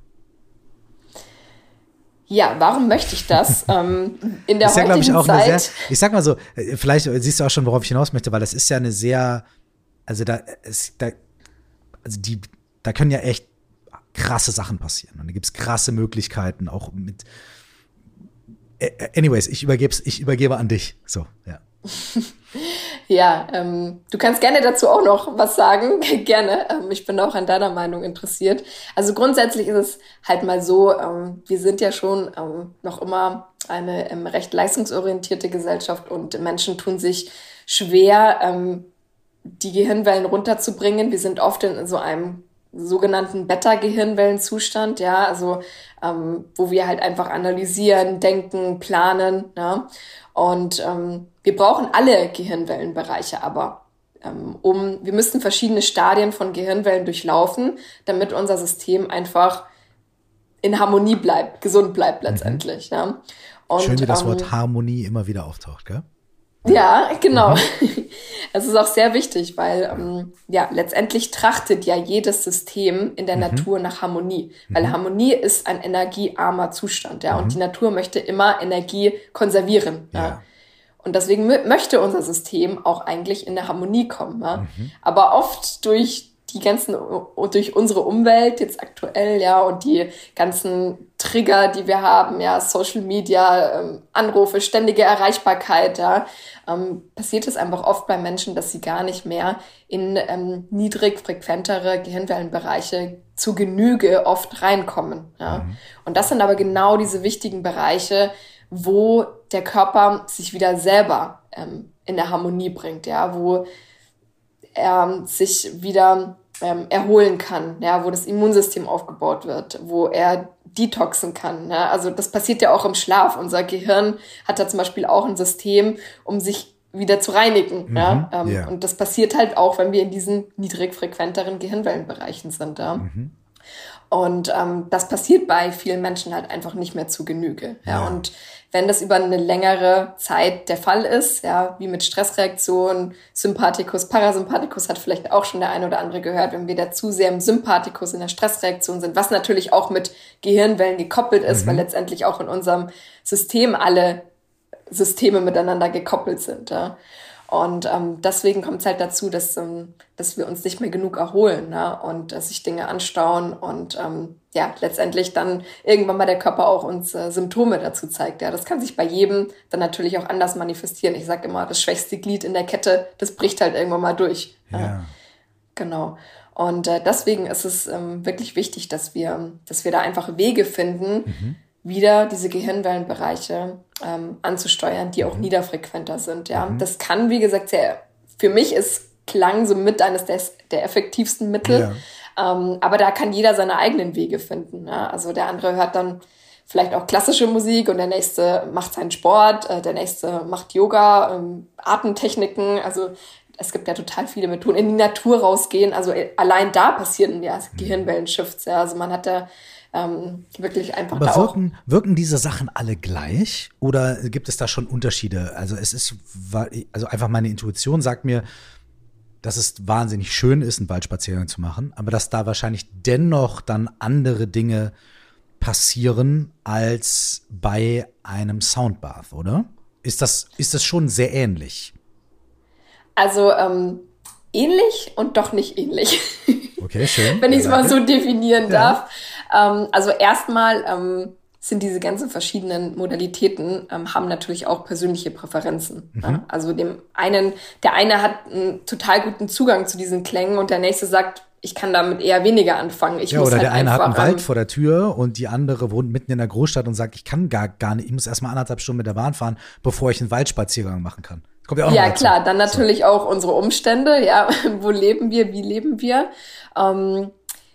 Ja, warum möchte ich das? In der heutigen ich auch Zeit. Ich sag mal so, vielleicht siehst du auch schon, worauf ich hinaus möchte, weil das ist ja eine sehr, da können ja echt krasse Sachen passieren. Und da gibt's krasse Möglichkeiten, auch mit. Anyways, ich übergebe an dich. So, ja. Ja, du kannst gerne dazu auch noch was sagen. Gerne. Ich bin auch an deiner Meinung interessiert. Also grundsätzlich ist es halt mal so, wir sind ja schon noch immer eine recht leistungsorientierte Gesellschaft und Menschen tun sich schwer, die Gehirnwellen runterzubringen. Wir sind oft in so einem sogenannten Beta-Gehirnwellenzustand, also wo wir halt einfach analysieren, denken, planen, ja. Und wir brauchen alle Gehirnwellenbereiche aber. Wir müssen verschiedene Stadien von Gehirnwellen durchlaufen, damit unser System einfach in Harmonie bleibt, gesund bleibt letztendlich. Ja. Und, schön, wie das Wort Harmonie immer wieder auftaucht, gell? Ja, genau. Es ist auch sehr wichtig, weil letztendlich trachtet ja jedes System in der Natur nach Harmonie. Weil Harmonie ist ein energiearmer Zustand, und die Natur möchte immer Energie konservieren. Ja. Und deswegen möchte unser System auch eigentlich in der Harmonie kommen. Ja. Aber oft durch unsere Umwelt jetzt aktuell, und die ganzen Trigger, die wir haben, Social Media, Anrufe, ständige Erreichbarkeit, passiert es einfach oft bei Menschen, dass sie gar nicht mehr in niedrig frequentere Gehirnwellenbereiche zu Genüge oft reinkommen. Ja. Und das sind aber genau diese wichtigen Bereiche, wo der Körper sich wieder selber in der Harmonie bringt, wo er sich wieder erholen kann, wo das Immunsystem aufgebaut wird, wo er detoxen kann. Ja? Also das passiert ja auch im Schlaf. Unser Gehirn hat da zum Beispiel auch ein System, um sich wieder zu reinigen. Und das passiert halt auch, wenn wir in diesen niedrig frequenteren Gehirnwellenbereichen sind. Ja? Und das passiert bei vielen Menschen halt einfach nicht mehr zu Genüge. Ja. Und wenn das über eine längere Zeit der Fall ist, ja, wie mit Stressreaktionen, Sympathikus, Parasympathikus, hat vielleicht auch schon der eine oder andere gehört, wenn wir da zu sehr im Sympathikus, in der Stressreaktion sind, was natürlich auch mit Gehirnwellen gekoppelt ist, weil letztendlich auch in unserem System alle Systeme miteinander gekoppelt sind. Ja. Und deswegen kommt es halt dazu, dass wir uns nicht mehr genug erholen, ne? Und sich Dinge anstauen und letztendlich dann irgendwann mal der Körper auch uns Symptome dazu zeigt. Ja, das kann sich bei jedem dann natürlich auch anders manifestieren. Ich sage immer, das schwächste Glied in der Kette, das bricht halt irgendwann mal durch. Ja. Genau. Und deswegen ist es wirklich wichtig, dass wir da einfach Wege finden, wieder diese Gehirnwellenbereiche anzusteuern, die auch niederfrequenter sind. Ja, das kann, wie gesagt, für mich ist Klang somit eines der effektivsten Mittel. Ja. Aber da kann jeder seine eigenen Wege finden. Ja? Also der andere hört dann vielleicht auch klassische Musik und der nächste macht seinen Sport, der nächste macht Yoga, Atemtechniken. Also es gibt ja total viele Methoden. In die Natur rausgehen, also allein da passieren ja Gehirnwellen-Shifts. Ja? Also man hat da wirklich einfach. Aber wirken diese Sachen alle gleich oder gibt es da schon Unterschiede? Also einfach meine Intuition sagt mir, dass es wahnsinnig schön ist, einen Waldspaziergang zu machen, aber dass da wahrscheinlich dennoch dann andere Dinge passieren als bei einem Soundbath, oder? Ist das schon sehr ähnlich? Also ähnlich und doch nicht ähnlich. Okay, schön. Wenn ich es mal so definieren darf. Also erstmal sind diese ganzen verschiedenen Modalitäten, haben natürlich auch persönliche Präferenzen. Ja? Also der eine hat einen total guten Zugang zu diesen Klängen und der nächste sagt, ich kann damit eher weniger anfangen. Oder halt der eine hat einen Wald vor der Tür und die andere wohnt mitten in der Großstadt und sagt, ich kann gar nicht, ich muss erst mal 1,5 Stunden mit der Bahn fahren, bevor ich einen Waldspaziergang machen kann. Kommt ja auch noch dazu. Klar, dann natürlich auch unsere Umstände, ja, wo leben wir, wie leben wir. Und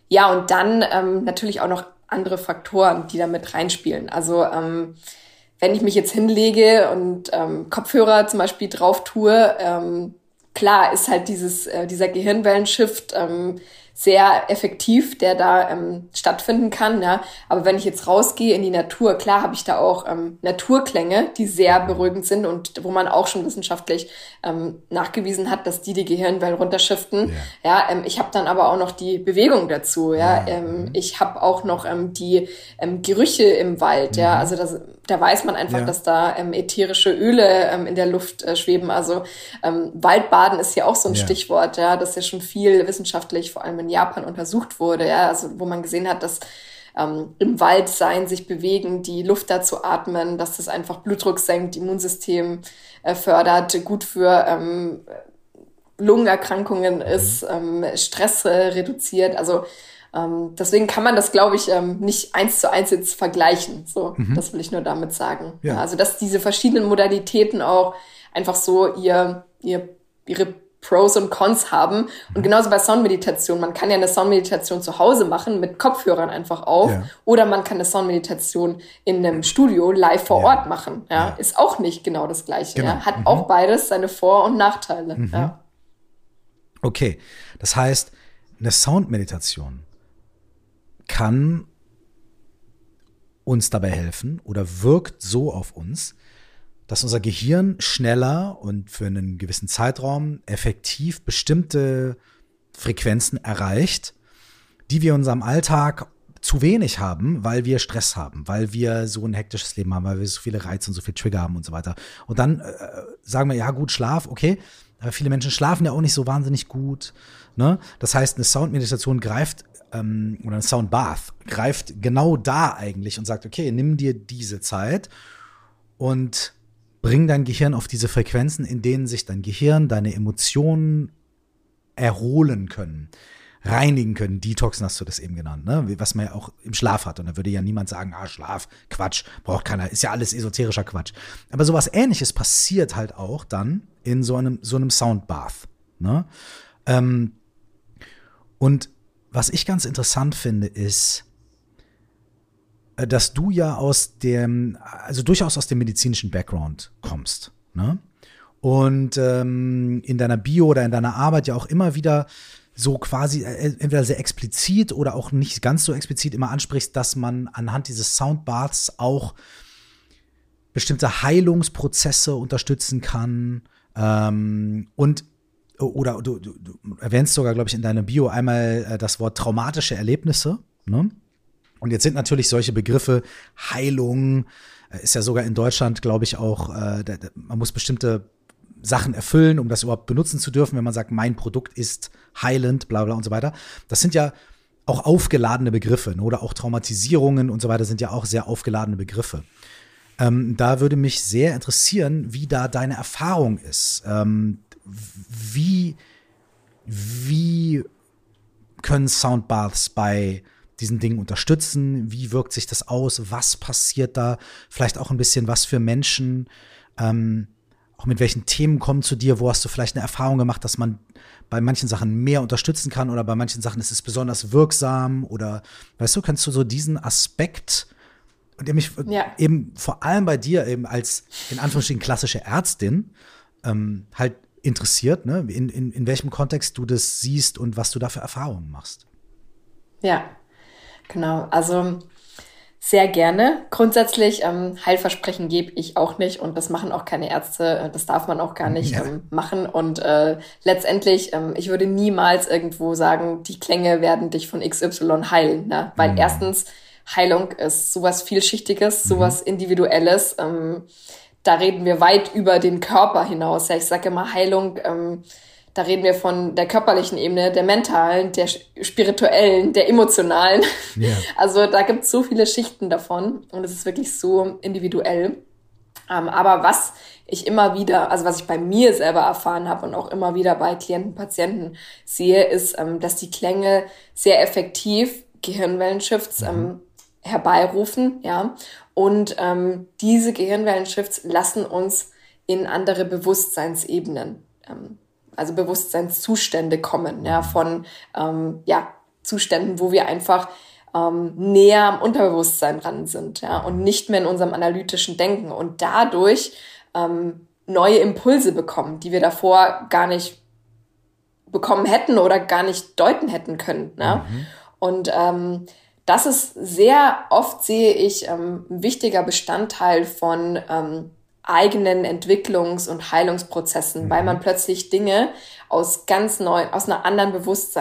dann natürlich auch noch andere Faktoren, die da mit reinspielen. Also wenn ich mich jetzt hinlege und Kopfhörer zum Beispiel drauf tue, klar ist halt dieser Gehirnwellenshift sehr effektiv, der da stattfinden kann. Ja? Aber wenn ich jetzt rausgehe in die Natur, klar habe ich da auch Naturklänge, die sehr beruhigend sind und wo man auch schon wissenschaftlich nachgewiesen hat, dass die Gehirnwellen runterschiften. Ja, ich habe dann aber auch noch die Bewegung dazu. Ja, ich habe auch noch die Gerüche im Wald. Ja, also da weiß man einfach, dass da ätherische Öle in der Luft schweben. Also Waldbaden ist ja auch so ein Stichwort, ja, das ja schon viel wissenschaftlich, vor allem in Japan, untersucht wurde, ja, also wo man gesehen hat, dass im Wald sein, sich bewegen, die Luft da zu atmen, dass das einfach Blutdruck senkt, Immunsystem fördert, gut für Lungenerkrankungen ist, Stress reduziert, also deswegen kann man das, glaube ich, nicht 1:1 jetzt vergleichen. So, das will ich nur damit sagen. Ja. Also, dass diese verschiedenen Modalitäten auch einfach so ihre Pros und Cons haben. Und genauso bei Soundmeditation. Man kann ja eine Soundmeditation zu Hause machen, mit Kopfhörern einfach auf. Ja. Oder man kann eine Soundmeditation in einem Studio live vor Ort machen. Ja. Ist auch nicht genau das Gleiche. Genau. Ja. Hat auch beides seine Vor- und Nachteile. Ja. Okay, das heißt, eine Soundmeditation kann uns dabei helfen oder wirkt so auf uns, dass unser Gehirn schneller und für einen gewissen Zeitraum effektiv bestimmte Frequenzen erreicht, die wir in unserem Alltag zu wenig haben, weil wir Stress haben, weil wir so ein hektisches Leben haben, weil wir so viele Reize und so viel Trigger haben und so weiter. Und dann sagen wir, ja gut, Schlaf, okay, aber viele Menschen schlafen ja auch nicht so wahnsinnig gut. Ne? Das heißt, eine Soundmeditation greift oder ein Soundbath greift genau da eigentlich und sagt, okay, nimm dir diese Zeit und bring dein Gehirn auf diese Frequenzen, in denen sich dein Gehirn, deine Emotionen erholen können, reinigen können. Detoxen hast du das eben genannt, ne? Was man ja auch im Schlaf hat. Und da würde ja niemand sagen, Schlaf, Quatsch, braucht keiner, ist ja alles esoterischer Quatsch. Aber sowas Ähnliches passiert halt auch dann in so einem Soundbath. Ne? Und was ich ganz interessant finde, ist, dass du ja durchaus aus dem medizinischen Background kommst, ne? Und in deiner Bio oder in deiner Arbeit ja auch immer wieder so quasi entweder sehr explizit oder auch nicht ganz so explizit immer ansprichst, dass man anhand dieses Soundbaths auch bestimmte Heilungsprozesse unterstützen kann. Und oder du erwähnst sogar, glaube ich, in deiner Bio einmal das Wort traumatische Erlebnisse. Ne? Und jetzt sind natürlich solche Begriffe, Heilung, ist ja sogar in Deutschland, glaube ich, auch, man muss bestimmte Sachen erfüllen, um das überhaupt benutzen zu dürfen, wenn man sagt, mein Produkt ist heilend, bla bla und so weiter. Das sind ja auch aufgeladene Begriffe, ne? Oder auch Traumatisierungen und so weiter sind ja auch sehr aufgeladene Begriffe. Da würde mich sehr interessieren, wie da deine Erfahrung ist. Wie können Soundbaths bei diesen Dingen unterstützen? Wie wirkt sich das aus? Was passiert da? Vielleicht auch ein bisschen, was für Menschen, auch mit welchen Themen kommen zu dir? Wo hast du vielleicht eine Erfahrung gemacht, dass man bei manchen Sachen mehr unterstützen kann oder bei manchen Sachen ist es besonders wirksam? Oder, weißt du, kannst du so diesen Aspekt, und der mich eben vor allem bei dir eben als, in Anführungsstrichen, klassische Ärztin halt interessiert, ne? In welchem Kontext du das siehst und was du da für Erfahrungen machst. Ja, genau. Also sehr gerne. Grundsätzlich Heilversprechen gebe ich auch nicht und das machen auch keine Ärzte. Das darf man auch gar nicht machen. Und letztendlich, ich würde niemals irgendwo sagen, die Klänge werden dich von XY heilen. Ne? Weil erstens, Heilung ist sowas Vielschichtiges, sowas Individuelles. Da reden wir weit über den Körper hinaus. Ja, ich sage immer Heilung, da reden wir von der körperlichen Ebene, der mentalen, der spirituellen, der emotionalen. Yeah. Also da gibt es so viele Schichten davon und es ist wirklich so individuell. Aber was ich immer wieder, also was ich bei mir selber erfahren habe und auch immer wieder bei Klienten, Patienten sehe, ist, dass die Klänge sehr effektiv Gehirnwellenshifts herbeirufen, ja. Und diese Gehirnwellenshifts lassen uns in andere Bewusstseinsebenen, also Bewusstseinszustände kommen, ja, von Zuständen, wo wir einfach näher am Unterbewusstsein ran sind, ja, und nicht mehr in unserem analytischen Denken und dadurch neue Impulse bekommen, die wir davor gar nicht bekommen hätten oder gar nicht deuten hätten können, ne? Und das ist sehr oft, sehe ich, ein wichtiger Bestandteil von eigenen Entwicklungs- und Heilungsprozessen, weil man plötzlich Dinge aus einer anderen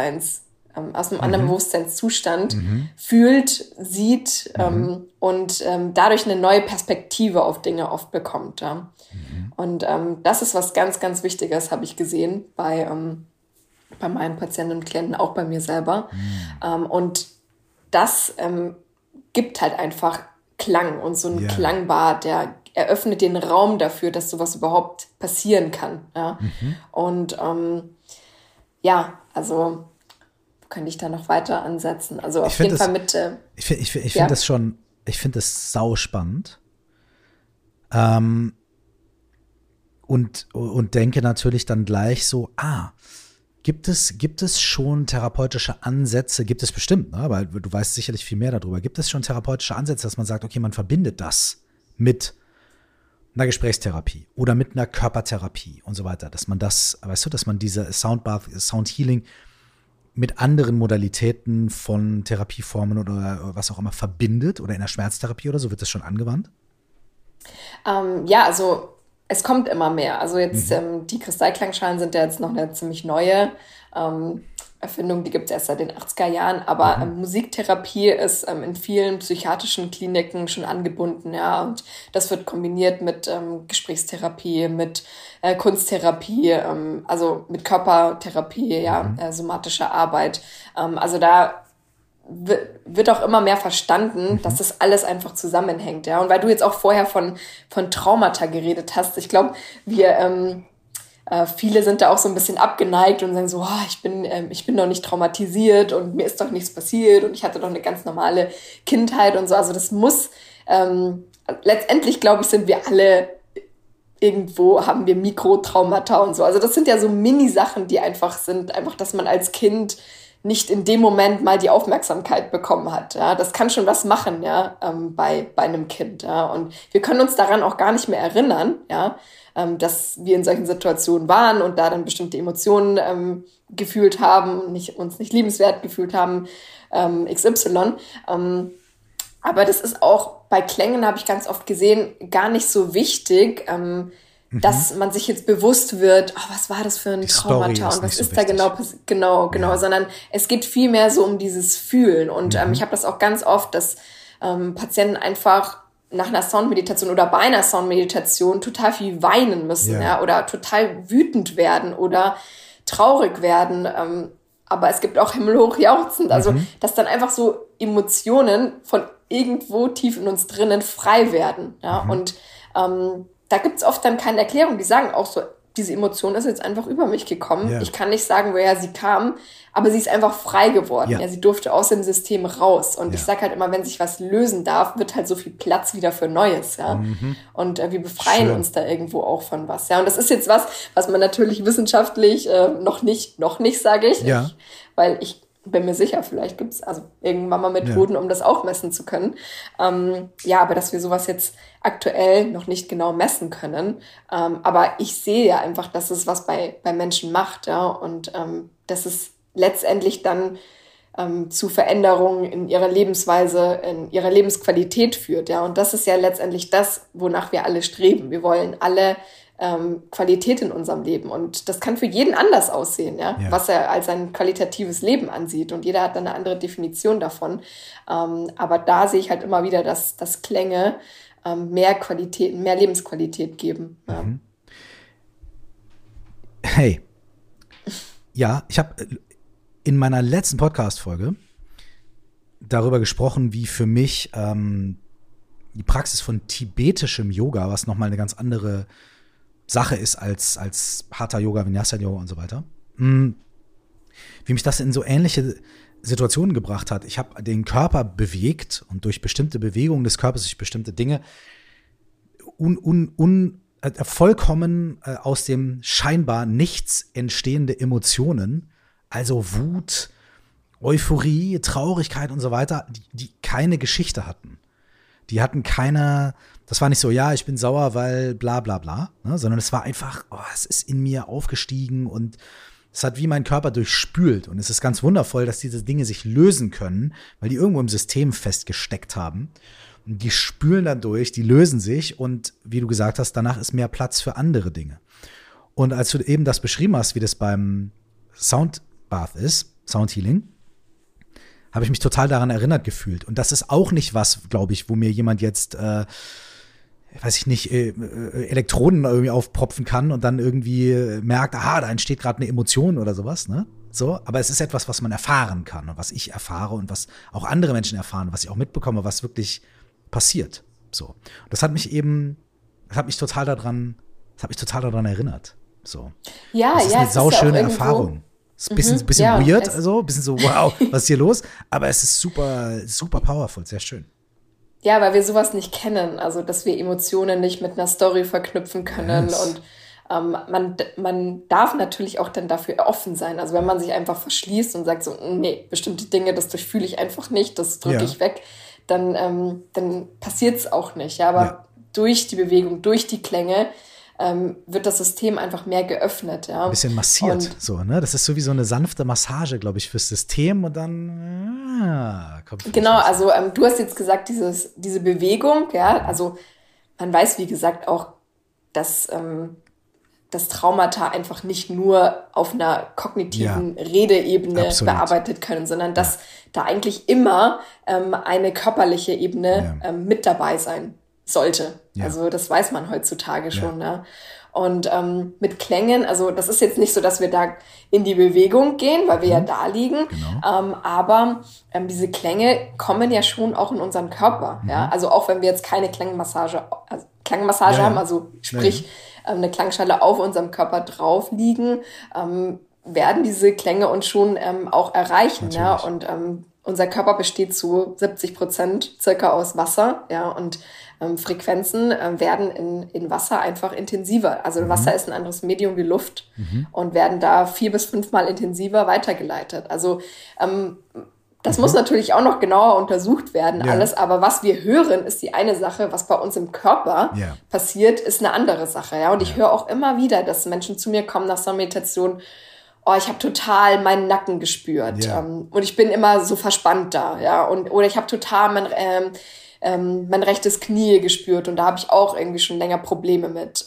aus einem anderen Bewusstseinszustand fühlt, sieht und dadurch eine neue Perspektive auf Dinge oft bekommt. Ja. Und das ist was ganz, ganz Wichtiges, habe ich gesehen bei meinen Patienten und Klienten, auch bei mir selber. Und das gibt halt einfach Klang und so ein Klangbad, der eröffnet den Raum dafür, dass sowas überhaupt passieren kann. Ja? Und also könnte ich da noch weiter ansetzen. Also auf jeden Fall mit ich finde das schon, ich finde das sau spannend. Und denke natürlich dann gleich so, gibt es schon therapeutische Ansätze, gibt es bestimmt, ne? Weil du weißt sicherlich viel mehr darüber, gibt es schon therapeutische Ansätze, dass man sagt, okay, man verbindet das mit einer Gesprächstherapie oder mit einer Körpertherapie und so weiter, dass man das, weißt du, dass man diese Soundbath, Sound Healing mit anderen Modalitäten von Therapieformen oder was auch immer verbindet oder in der Schmerztherapie oder so, wird das schon angewandt? Also es kommt immer mehr. Also jetzt die Kristallklangschalen sind ja jetzt noch eine ziemlich neue Erfindung, die gibt es erst seit den 80er Jahren, aber Musiktherapie ist in vielen psychiatrischen Kliniken schon angebunden, ja, und das wird kombiniert mit Gesprächstherapie, mit Kunsttherapie, also mit Körpertherapie, somatischer Arbeit. Also da wird auch immer mehr verstanden, dass das alles einfach zusammenhängt, ja. Und weil du jetzt auch vorher von Traumata geredet hast, ich glaube, viele sind da auch so ein bisschen abgeneigt und sagen so, ich bin doch nicht traumatisiert und mir ist doch nichts passiert und ich hatte doch eine ganz normale Kindheit und so. Also das muss, letztendlich glaube ich, sind wir alle irgendwo, haben wir Mikrotraumata und so. Also das sind ja so Mini-Sachen, die einfach sind, einfach, dass man als Kind nicht in dem Moment mal die Aufmerksamkeit bekommen hat. Ja, das kann schon was machen, ja, bei einem Kind. Ja, und wir können uns daran auch gar nicht mehr erinnern, ja, dass wir in solchen Situationen waren und da dann bestimmte Emotionen gefühlt haben, uns nicht liebenswert gefühlt haben, XY. Aber das ist auch bei Klängen, habe ich ganz oft gesehen, gar nicht so wichtig, dass man sich jetzt bewusst wird, oh, was war das für ein Traumata und was ist da genau passiert. Genau, sondern es geht viel mehr so um dieses Fühlen. Und ich habe das auch ganz oft, dass Patienten einfach nach einer Soundmeditation oder bei einer Soundmeditation total viel weinen müssen, ja, oder total wütend werden oder traurig werden. Aber es gibt auch himmelhoch jauchzend. Also, dass dann einfach so Emotionen von irgendwo tief in uns drinnen frei werden. Ja, und da gibt's oft dann keine Erklärung. Die sagen auch so, diese Emotion ist jetzt einfach über mich gekommen. Ja. Ich kann nicht sagen, woher sie kam, aber sie ist einfach frei geworden. Ja, sie durfte aus dem System raus. Und ich sage halt immer, wenn sich was lösen darf, wird halt so viel Platz wieder für Neues. Ja? Und wir befreien uns da irgendwo auch von was. Ja, und das ist jetzt was man natürlich wissenschaftlich noch nicht sage ich. Ja. Weil ich bin mir sicher, vielleicht gibt's also irgendwann mal Methoden, um das auch messen zu können. Aber dass wir sowas jetzt aktuell noch nicht genau messen können. Aber ich sehe ja einfach, dass es was bei Menschen macht, ja, und dass es letztendlich dann zu Veränderungen in ihrer Lebensweise, in ihrer Lebensqualität führt, ja. Und das ist ja letztendlich das, wonach wir alle streben. Wir wollen alle Qualität in unserem Leben. Und das kann für jeden anders aussehen, ja? Was er als ein qualitatives Leben ansieht. Und jeder hat dann eine andere Definition davon. Aber da sehe ich halt immer wieder, dass Klänge mehr Qualität, mehr Lebensqualität geben. Ja. Hey, ja, ich habe in meiner letzten Podcast-Folge darüber gesprochen, wie für mich die Praxis von tibetischem Yoga, was nochmal eine ganz andere Sache ist als Hatha Yoga, Vinyasa Yoga und so weiter. Wie mich das in so ähnliche Situationen gebracht hat. Ich habe den Körper bewegt und durch bestimmte Bewegungen des Körpers, durch bestimmte Dinge vollkommen aus dem scheinbar nichts entstehende Emotionen, also Wut, Euphorie, Traurigkeit und so weiter, die keine Geschichte hatten. Die hatten keine, das war nicht so, ja, ich bin sauer, weil bla bla bla, ne, sondern es war einfach, es ist in mir aufgestiegen und es hat wie mein Körper durchspült. Und es ist ganz wundervoll, dass diese Dinge sich lösen können, weil die irgendwo im System festgesteckt haben. Und die spülen dann durch, die lösen sich und wie du gesagt hast, danach ist mehr Platz für andere Dinge. Und als du eben das beschrieben hast, wie das beim Soundbath ist, Soundhealing, habe ich mich total daran erinnert gefühlt. Und das ist auch nicht was, glaube ich, wo mir jemand jetzt, weiß ich nicht, Elektroden irgendwie aufpropfen kann und dann irgendwie merkt, aha, da entsteht gerade eine Emotion oder sowas, ne? So, aber es ist etwas, was man erfahren kann und was ich erfahre und was auch andere Menschen erfahren, was ich auch mitbekomme, was wirklich passiert. So. Und das hat mich total daran erinnert. So. Ja, das ist eine sauschöne Erfahrung. Ist ein bisschen weird, also, ein bisschen so, wow, was ist hier los? Aber es ist super, super powerful, sehr schön. Ja, weil wir sowas nicht kennen, also, dass wir Emotionen nicht mit einer Story verknüpfen können. Yes. Und man darf natürlich auch dann dafür offen sein. Also, wenn man sich einfach verschließt und sagt so, nee, bestimmte Dinge, das durchfühle ich einfach nicht, das drücke ich weg, dann passiert es auch nicht. Ja, aber durch die Bewegung, durch die Klänge, wird das System einfach mehr geöffnet. Ja. Ein bisschen massiert, so, ne? Das ist so wie so eine sanfte Massage, glaube ich, fürs System und dann kommt genau, also du hast jetzt gesagt, diese Bewegung, ja, also man weiß, wie gesagt, auch, dass das Traumata einfach nicht nur auf einer kognitiven Redeebene bearbeitet können, sondern dass da eigentlich immer eine körperliche Ebene mit dabei sein sollte. Ja. Also das weiß man heutzutage schon. Ne? Und mit Klängen, also das ist jetzt nicht so, dass wir da in die Bewegung gehen, weil wir ja da liegen, aber diese Klänge kommen ja schon auch in unseren Körper. Ja? Also auch wenn wir jetzt keine Klangmassage haben, also sprich eine Klangschale auf unserem Körper drauf liegen, werden diese Klänge uns schon auch erreichen. Ja? Und unser Körper besteht zu 70% circa aus Wasser, ja, und Frequenzen werden in Wasser einfach intensiver. Also Wasser ist ein anderes Medium wie Luft und werden da 4 bis 5 Mal intensiver weitergeleitet. Also das muss natürlich auch noch genauer untersucht werden, alles. Aber was wir hören, ist die eine Sache. Was bei uns im Körper passiert, ist eine andere Sache. Ja? Und ich höre auch immer wieder, dass Menschen zu mir kommen nach so einer Meditation, oh, ich habe total meinen Nacken gespürt. Und ich bin immer so verspannt da. Ja? Oder ich habe total mein rechtes Knie gespürt und da habe ich auch irgendwie schon länger Probleme mit.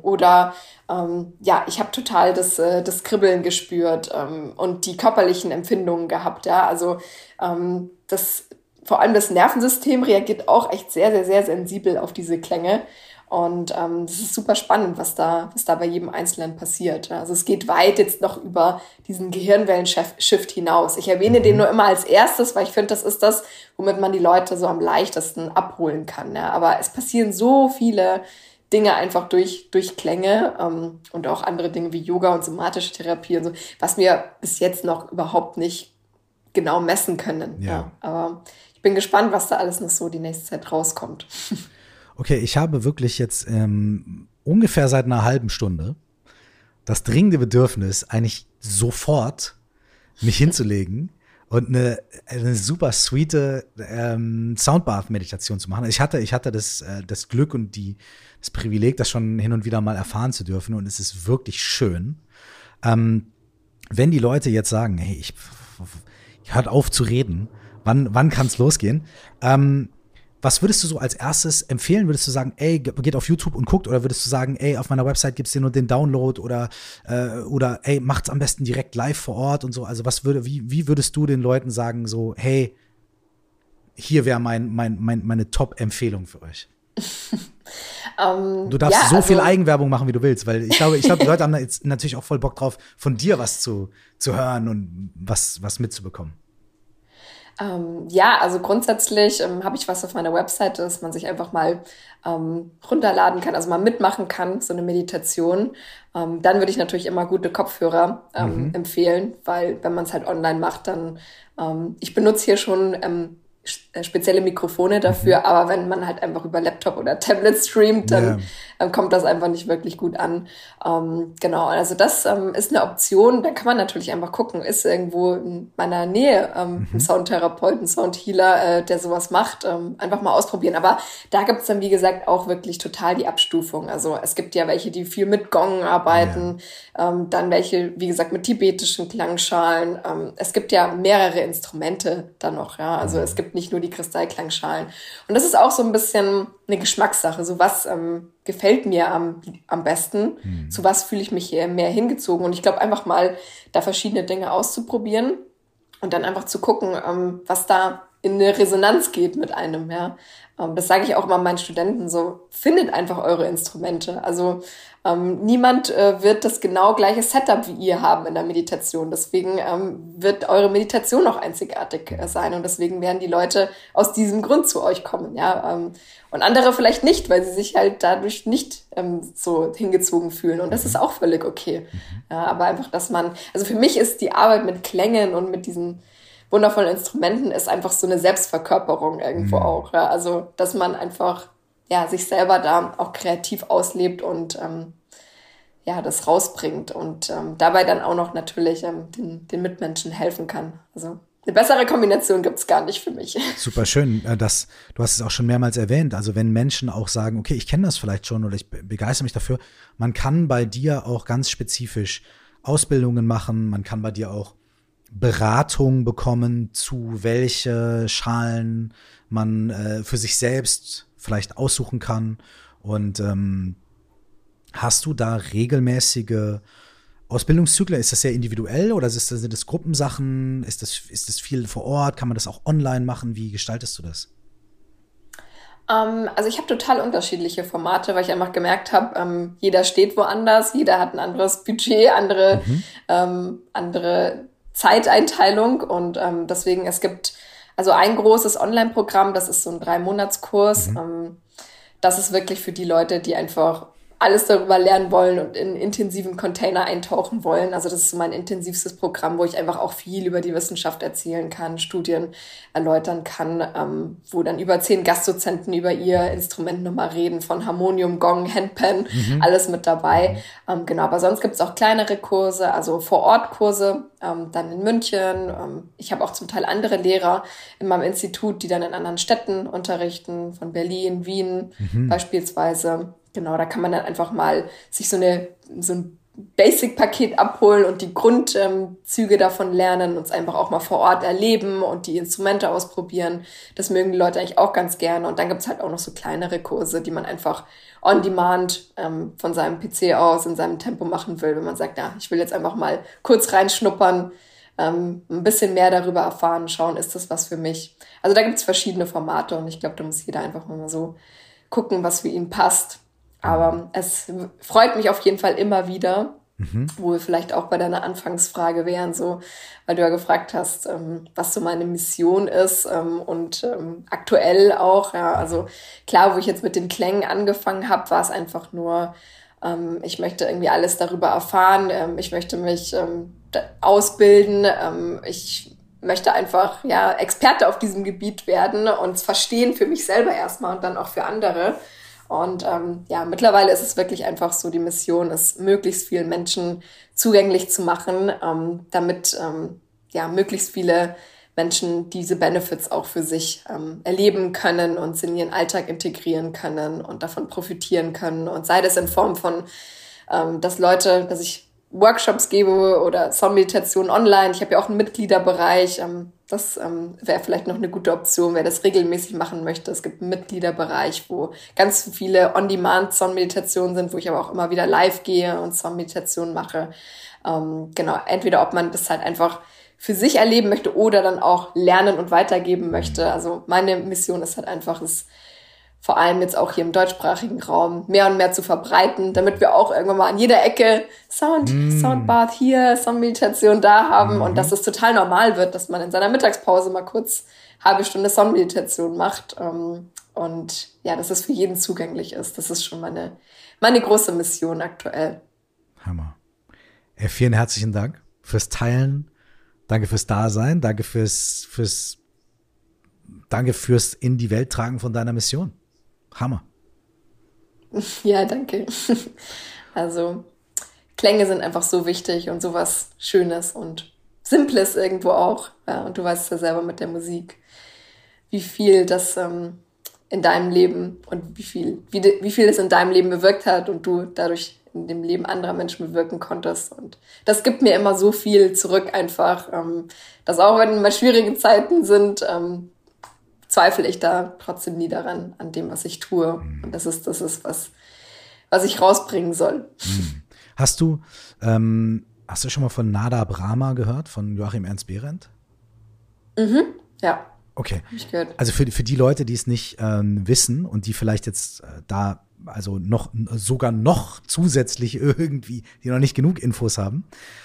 Ich habe total das Kribbeln gespürt und die körperlichen Empfindungen gehabt. Ja, also vor allem das Nervensystem reagiert auch echt sehr, sehr, sehr sensibel auf diese Klänge. Und das ist super spannend, was da bei jedem Einzelnen passiert. Also es geht weit jetzt noch über diesen Gehirnwellen-Shift hinaus. Ich erwähne den nur immer als erstes, weil ich finde, das ist das, womit man die Leute so am leichtesten abholen kann. Ja. Aber es passieren so viele Dinge einfach durch Klänge und auch andere Dinge wie Yoga und somatische Therapie und so, was wir bis jetzt noch überhaupt nicht genau messen können. Ja. Aber ich bin gespannt, was da alles noch so die nächste Zeit rauskommt. Okay, ich habe wirklich jetzt ungefähr seit einer halben Stunde das dringende Bedürfnis, eigentlich sofort mich hinzulegen und eine super sweete Soundbath-Meditation zu machen. Ich hatte das Glück und das Privileg, das schon hin und wieder mal erfahren zu dürfen, und es ist wirklich schön. Wenn die Leute jetzt sagen, hey, hört auf zu reden, wann kann es losgehen? Was würdest du so als erstes empfehlen? Würdest du sagen, ey, geht auf YouTube und guckt, oder würdest du sagen, ey, auf meiner Website gibt's den und den Download, oder ey, macht's am besten direkt live vor Ort und so? Also wie würdest du den Leuten sagen, so, hey, hier wäre meine Top-Empfehlung für euch? Du darfst so viel Eigenwerbung machen, wie du willst, weil ich glaube, die Leute haben jetzt natürlich auch voll Bock drauf, von dir was zu hören und was mitzubekommen. Also grundsätzlich habe ich was auf meiner Website, dass man sich einfach mal runterladen kann, also mal mitmachen kann, so eine Meditation. Dann würde ich natürlich immer gute Kopfhörer empfehlen, weil wenn man es halt online macht, dann ich benutze hier schon spezielle Mikrofone dafür, aber wenn man halt einfach über Laptop oder Tablet streamt, dann kommt das einfach nicht wirklich gut an. Genau, also das ist eine Option. Da kann man natürlich einfach gucken, ist irgendwo in meiner Nähe ein Soundtherapeut, ein Soundhealer, der sowas macht, einfach mal ausprobieren. Aber da gibt's dann, wie gesagt, auch wirklich total die Abstufung. Also es gibt ja welche, die viel mit Gong arbeiten, dann welche, wie gesagt, mit tibetischen Klangschalen. Es gibt ja mehrere Instrumente dann noch, ja. Also es gibt nicht nur die Kristallklangschalen. Und das ist auch so ein bisschen eine Geschmackssache. So was gefällt mir am besten. Zu was fühle ich mich hier mehr hingezogen. Und ich glaube, einfach mal da verschiedene Dinge auszuprobieren und dann einfach zu gucken, was da in eine Resonanz geht mit einem, ja. Das sage ich auch immer meinen Studenten so, findet einfach eure Instrumente. Also niemand wird das genau gleiche Setup wie ihr haben in der Meditation. Deswegen wird eure Meditation auch einzigartig sein und deswegen werden die Leute aus diesem Grund zu euch kommen, ja. Und andere vielleicht nicht, weil sie sich halt dadurch nicht so hingezogen fühlen. Und das ist auch völlig okay. Ja, aber einfach, dass also für mich ist die Arbeit mit Klängen und mit diesen wundervollen Instrumenten ist einfach so eine Selbstverkörperung irgendwo auch. Ja? Also, dass man einfach sich selber da auch kreativ auslebt und das rausbringt und dabei dann auch noch natürlich den Mitmenschen helfen kann. Also eine bessere Kombination gibt's gar nicht für mich. Super schön. Du hast es auch schon mehrmals erwähnt. Also wenn Menschen auch sagen, okay, ich kenne das vielleicht schon oder ich begeistere mich dafür, man kann bei dir auch ganz spezifisch Ausbildungen machen, man kann bei dir auch Beratung bekommen, zu welche Schalen man für sich selbst vielleicht aussuchen kann. Und hast du da regelmäßige Ausbildungszyklen? Ist das sehr individuell oder sind das Gruppensachen? Ist das viel vor Ort? Kann man das auch online machen? Wie gestaltest du das? Also ich habe total unterschiedliche Formate, weil ich einfach gemerkt habe, jeder steht woanders, jeder hat ein anderes Budget, andere Zeiteinteilung und deswegen, es gibt also ein großes Online-Programm, das ist so ein 3-Monats-Kurs. Das ist wirklich für die Leute, die einfach alles darüber lernen wollen und in intensiven Container eintauchen wollen. Also das ist so mein intensivstes Programm, wo ich einfach auch viel über die Wissenschaft erzählen kann, Studien erläutern kann, wo dann über 10 Gastdozenten über ihr Instrument nochmal reden, von Harmonium, Gong, Handpan, alles mit dabei. Genau, aber sonst gibt's auch kleinere Kurse, also Vor-Ort-Kurse, dann in München. Ich habe auch zum Teil andere Lehrer in meinem Institut, die dann in anderen Städten unterrichten, von Berlin, Wien beispielsweise. Genau, da kann man dann einfach mal sich so ein Basic-Paket abholen und die Grundzüge davon lernen und es einfach auch mal vor Ort erleben und die Instrumente ausprobieren. Das mögen die Leute eigentlich auch ganz gerne. Und dann gibt's halt auch noch so kleinere Kurse, die man einfach on demand von seinem PC aus in seinem Tempo machen will, wenn man sagt, ja, ich will jetzt einfach mal kurz reinschnuppern, ein bisschen mehr darüber erfahren, schauen, ist das was für mich? Also da gibt's verschiedene Formate und ich glaube, da muss jeder einfach mal so gucken, was für ihn passt. Aber es freut mich auf jeden Fall immer wieder, wo wir vielleicht auch bei deiner Anfangsfrage wären, so, weil du ja gefragt hast, was so meine Mission ist und aktuell auch, ja, also klar, wo ich jetzt mit den Klängen angefangen habe, war es einfach nur, ich möchte irgendwie alles darüber erfahren, ich möchte mich ausbilden, ich möchte einfach ja Experte auf diesem Gebiet werden und es verstehen für mich selber erstmal und dann auch für andere. Und ja, mittlerweile ist es wirklich einfach so, die Mission ist, möglichst vielen Menschen zugänglich zu machen, damit ja möglichst viele Menschen diese Benefits auch für sich erleben können und in ihren Alltag integrieren können und davon profitieren können. Und sei das in Form von, dass ich Workshops gebe oder Soundmeditation online. Ich habe ja auch einen Mitgliederbereich. Das wäre vielleicht noch eine gute Option, wer das regelmäßig machen möchte. Es gibt einen Mitgliederbereich, wo ganz viele On-Demand-Soundmeditationen sind, wo ich aber auch immer wieder live gehe und Soundmeditationen mache. Genau, entweder ob man das halt einfach für sich erleben möchte oder dann auch lernen und weitergeben möchte. Also meine Mission ist halt einfach, es vor allem jetzt auch hier im deutschsprachigen Raum mehr und mehr zu verbreiten, damit wir auch irgendwann mal an jeder Ecke Soundbath hier, Soundmeditation da haben und dass es total normal wird, dass man in seiner Mittagspause mal kurz halbe Stunde Soundmeditation macht und ja, dass es für jeden zugänglich ist. Das ist schon meine große Mission aktuell. Hammer. Vielen herzlichen Dank fürs Teilen. Danke fürs Dasein. Danke fürs in die Welt tragen von deiner Mission. Hammer. Ja, danke. Also Klänge sind einfach so wichtig und sowas Schönes und Simples irgendwo auch. Ja, und du weißt ja selber mit der Musik, wie viel das in deinem Leben und wie viel das in deinem Leben bewirkt hat und du dadurch in dem Leben anderer Menschen bewirken konntest. Und das gibt mir immer so viel zurück einfach, dass auch wenn mal schwierige Zeiten sind, zweifle ich da trotzdem nie daran, an dem, was ich tue. Und das ist was ich rausbringen soll. Hast du schon mal von Nada Brahma gehört, von Joachim Ernst Behrendt? Ja. Okay. Hab ich gehört. Also für die Leute, die es nicht wissen und die vielleicht jetzt da also sogar noch zusätzlich irgendwie, die noch nicht genug Infos haben,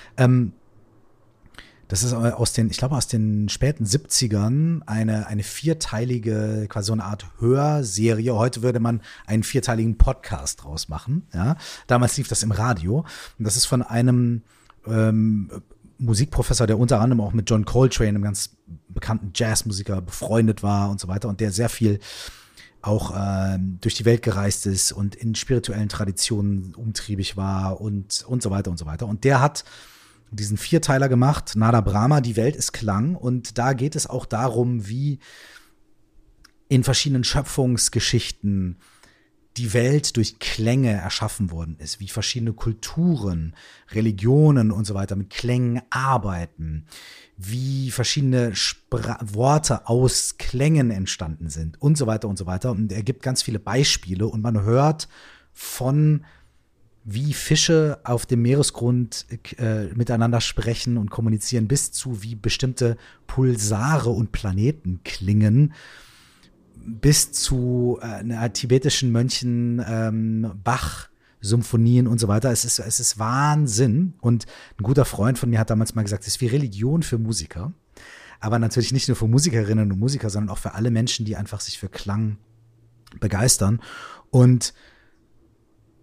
das ist aus den späten 70ern eine vierteilige, quasi so eine Art Hörserie. Heute würde man einen vierteiligen Podcast draus machen. Ja? Damals lief das im Radio. Und das ist von einem Musikprofessor, der unter anderem auch mit John Coltrane, einem ganz bekannten Jazzmusiker, befreundet war und so weiter. Und der sehr viel auch durch die Welt gereist ist und in spirituellen Traditionen umtriebig war und so weiter und so weiter. Und der hat diesen Vierteiler gemacht, Nada Brahma, die Welt ist Klang. Und da geht es auch darum, wie in verschiedenen Schöpfungsgeschichten die Welt durch Klänge erschaffen worden ist, wie verschiedene Kulturen, Religionen und so weiter mit Klängen arbeiten, wie verschiedene Worte aus Klängen entstanden sind und so weiter und so weiter. Und er gibt ganz viele Beispiele und man hört von wie Fische auf dem Meeresgrund miteinander sprechen und kommunizieren, bis zu wie bestimmte Pulsare und Planeten klingen, bis zu einer tibetischen Mönchen, Bach-Symphonien und so weiter. Es ist Wahnsinn. Und ein guter Freund von mir hat damals mal gesagt, es ist wie Religion für Musiker. Aber natürlich nicht nur für Musikerinnen und Musiker, sondern auch für alle Menschen, die einfach sich für Klang begeistern. Und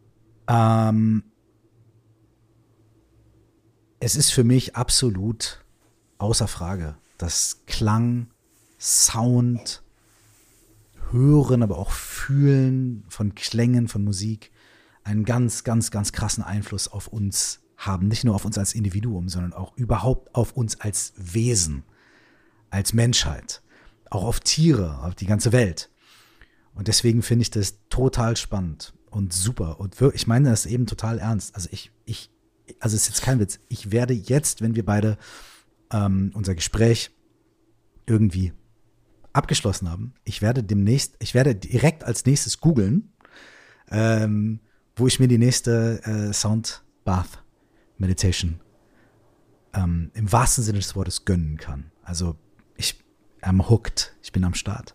Es ist für mich absolut außer Frage, dass Klang, Sound, Hören, aber auch Fühlen von Klängen, von Musik einen ganz, ganz, ganz krassen Einfluss auf uns haben. Nicht nur auf uns als Individuum, sondern auch überhaupt auf uns als Wesen, als Menschheit, auch auf Tiere, auf die ganze Welt. Und deswegen finde ich das total spannend und super. Und ich meine das eben total ernst. Also also es ist jetzt kein Witz. Ich werde jetzt, wenn wir beide unser Gespräch irgendwie abgeschlossen haben, ich werde direkt als nächstes googeln, wo ich mir die nächste Sound Bath Meditation im wahrsten Sinne des Wortes gönnen kann. Also I'm hooked. Ich bin am Start.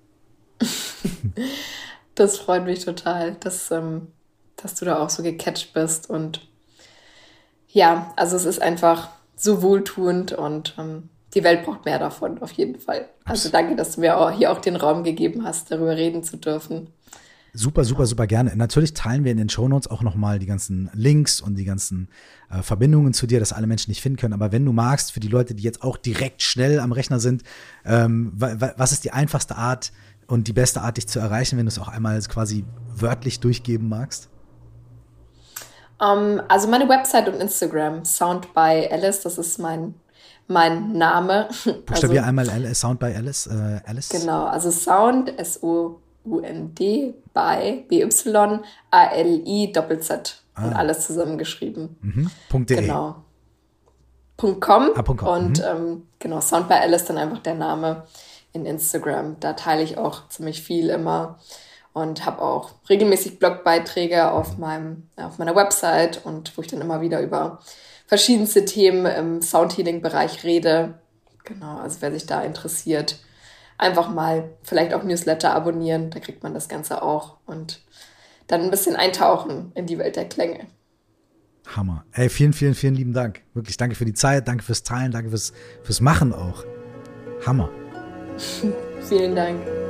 Das freut mich total, dass du da auch so gecatcht bist. Und ja, also es ist einfach so wohltuend und die Welt braucht mehr davon, auf jeden Fall. Also danke, dass du mir hier auch den Raum gegeben hast, darüber reden zu dürfen. Super, super, super gerne. Natürlich teilen wir in den Shownotes auch nochmal die ganzen Links und die ganzen Verbindungen zu dir, dass alle Menschen dich finden können. Aber wenn du magst, für die Leute, die jetzt auch direkt schnell am Rechner sind, was ist die einfachste Art und die beste Art, dich zu erreichen, wenn du es auch einmal quasi wörtlich durchgeben magst? Also meine Website und Instagram, Sound by Alice, das ist mein Name. Buchstabier einmal Sound by Alice. Alice. Genau, also Sound, SOUND, by BYALI-Z und alles zusammengeschrieben. .de. Genau. .com. .com. Und genau, Sound by Alice dann einfach der Name in Instagram. Da teile ich auch ziemlich viel immer und habe auch regelmäßig Blogbeiträge auf meiner Website und wo ich dann immer wieder über verschiedenste Themen im Soundhealing-Bereich rede. Genau, also wer sich da interessiert, einfach mal vielleicht auch Newsletter abonnieren, da kriegt man das Ganze auch und dann ein bisschen eintauchen in die Welt der Klänge. Hammer. Ey, vielen, vielen, vielen lieben Dank. Wirklich, danke für die Zeit, danke fürs Teilen, danke fürs Machen auch. Hammer. Vielen Dank.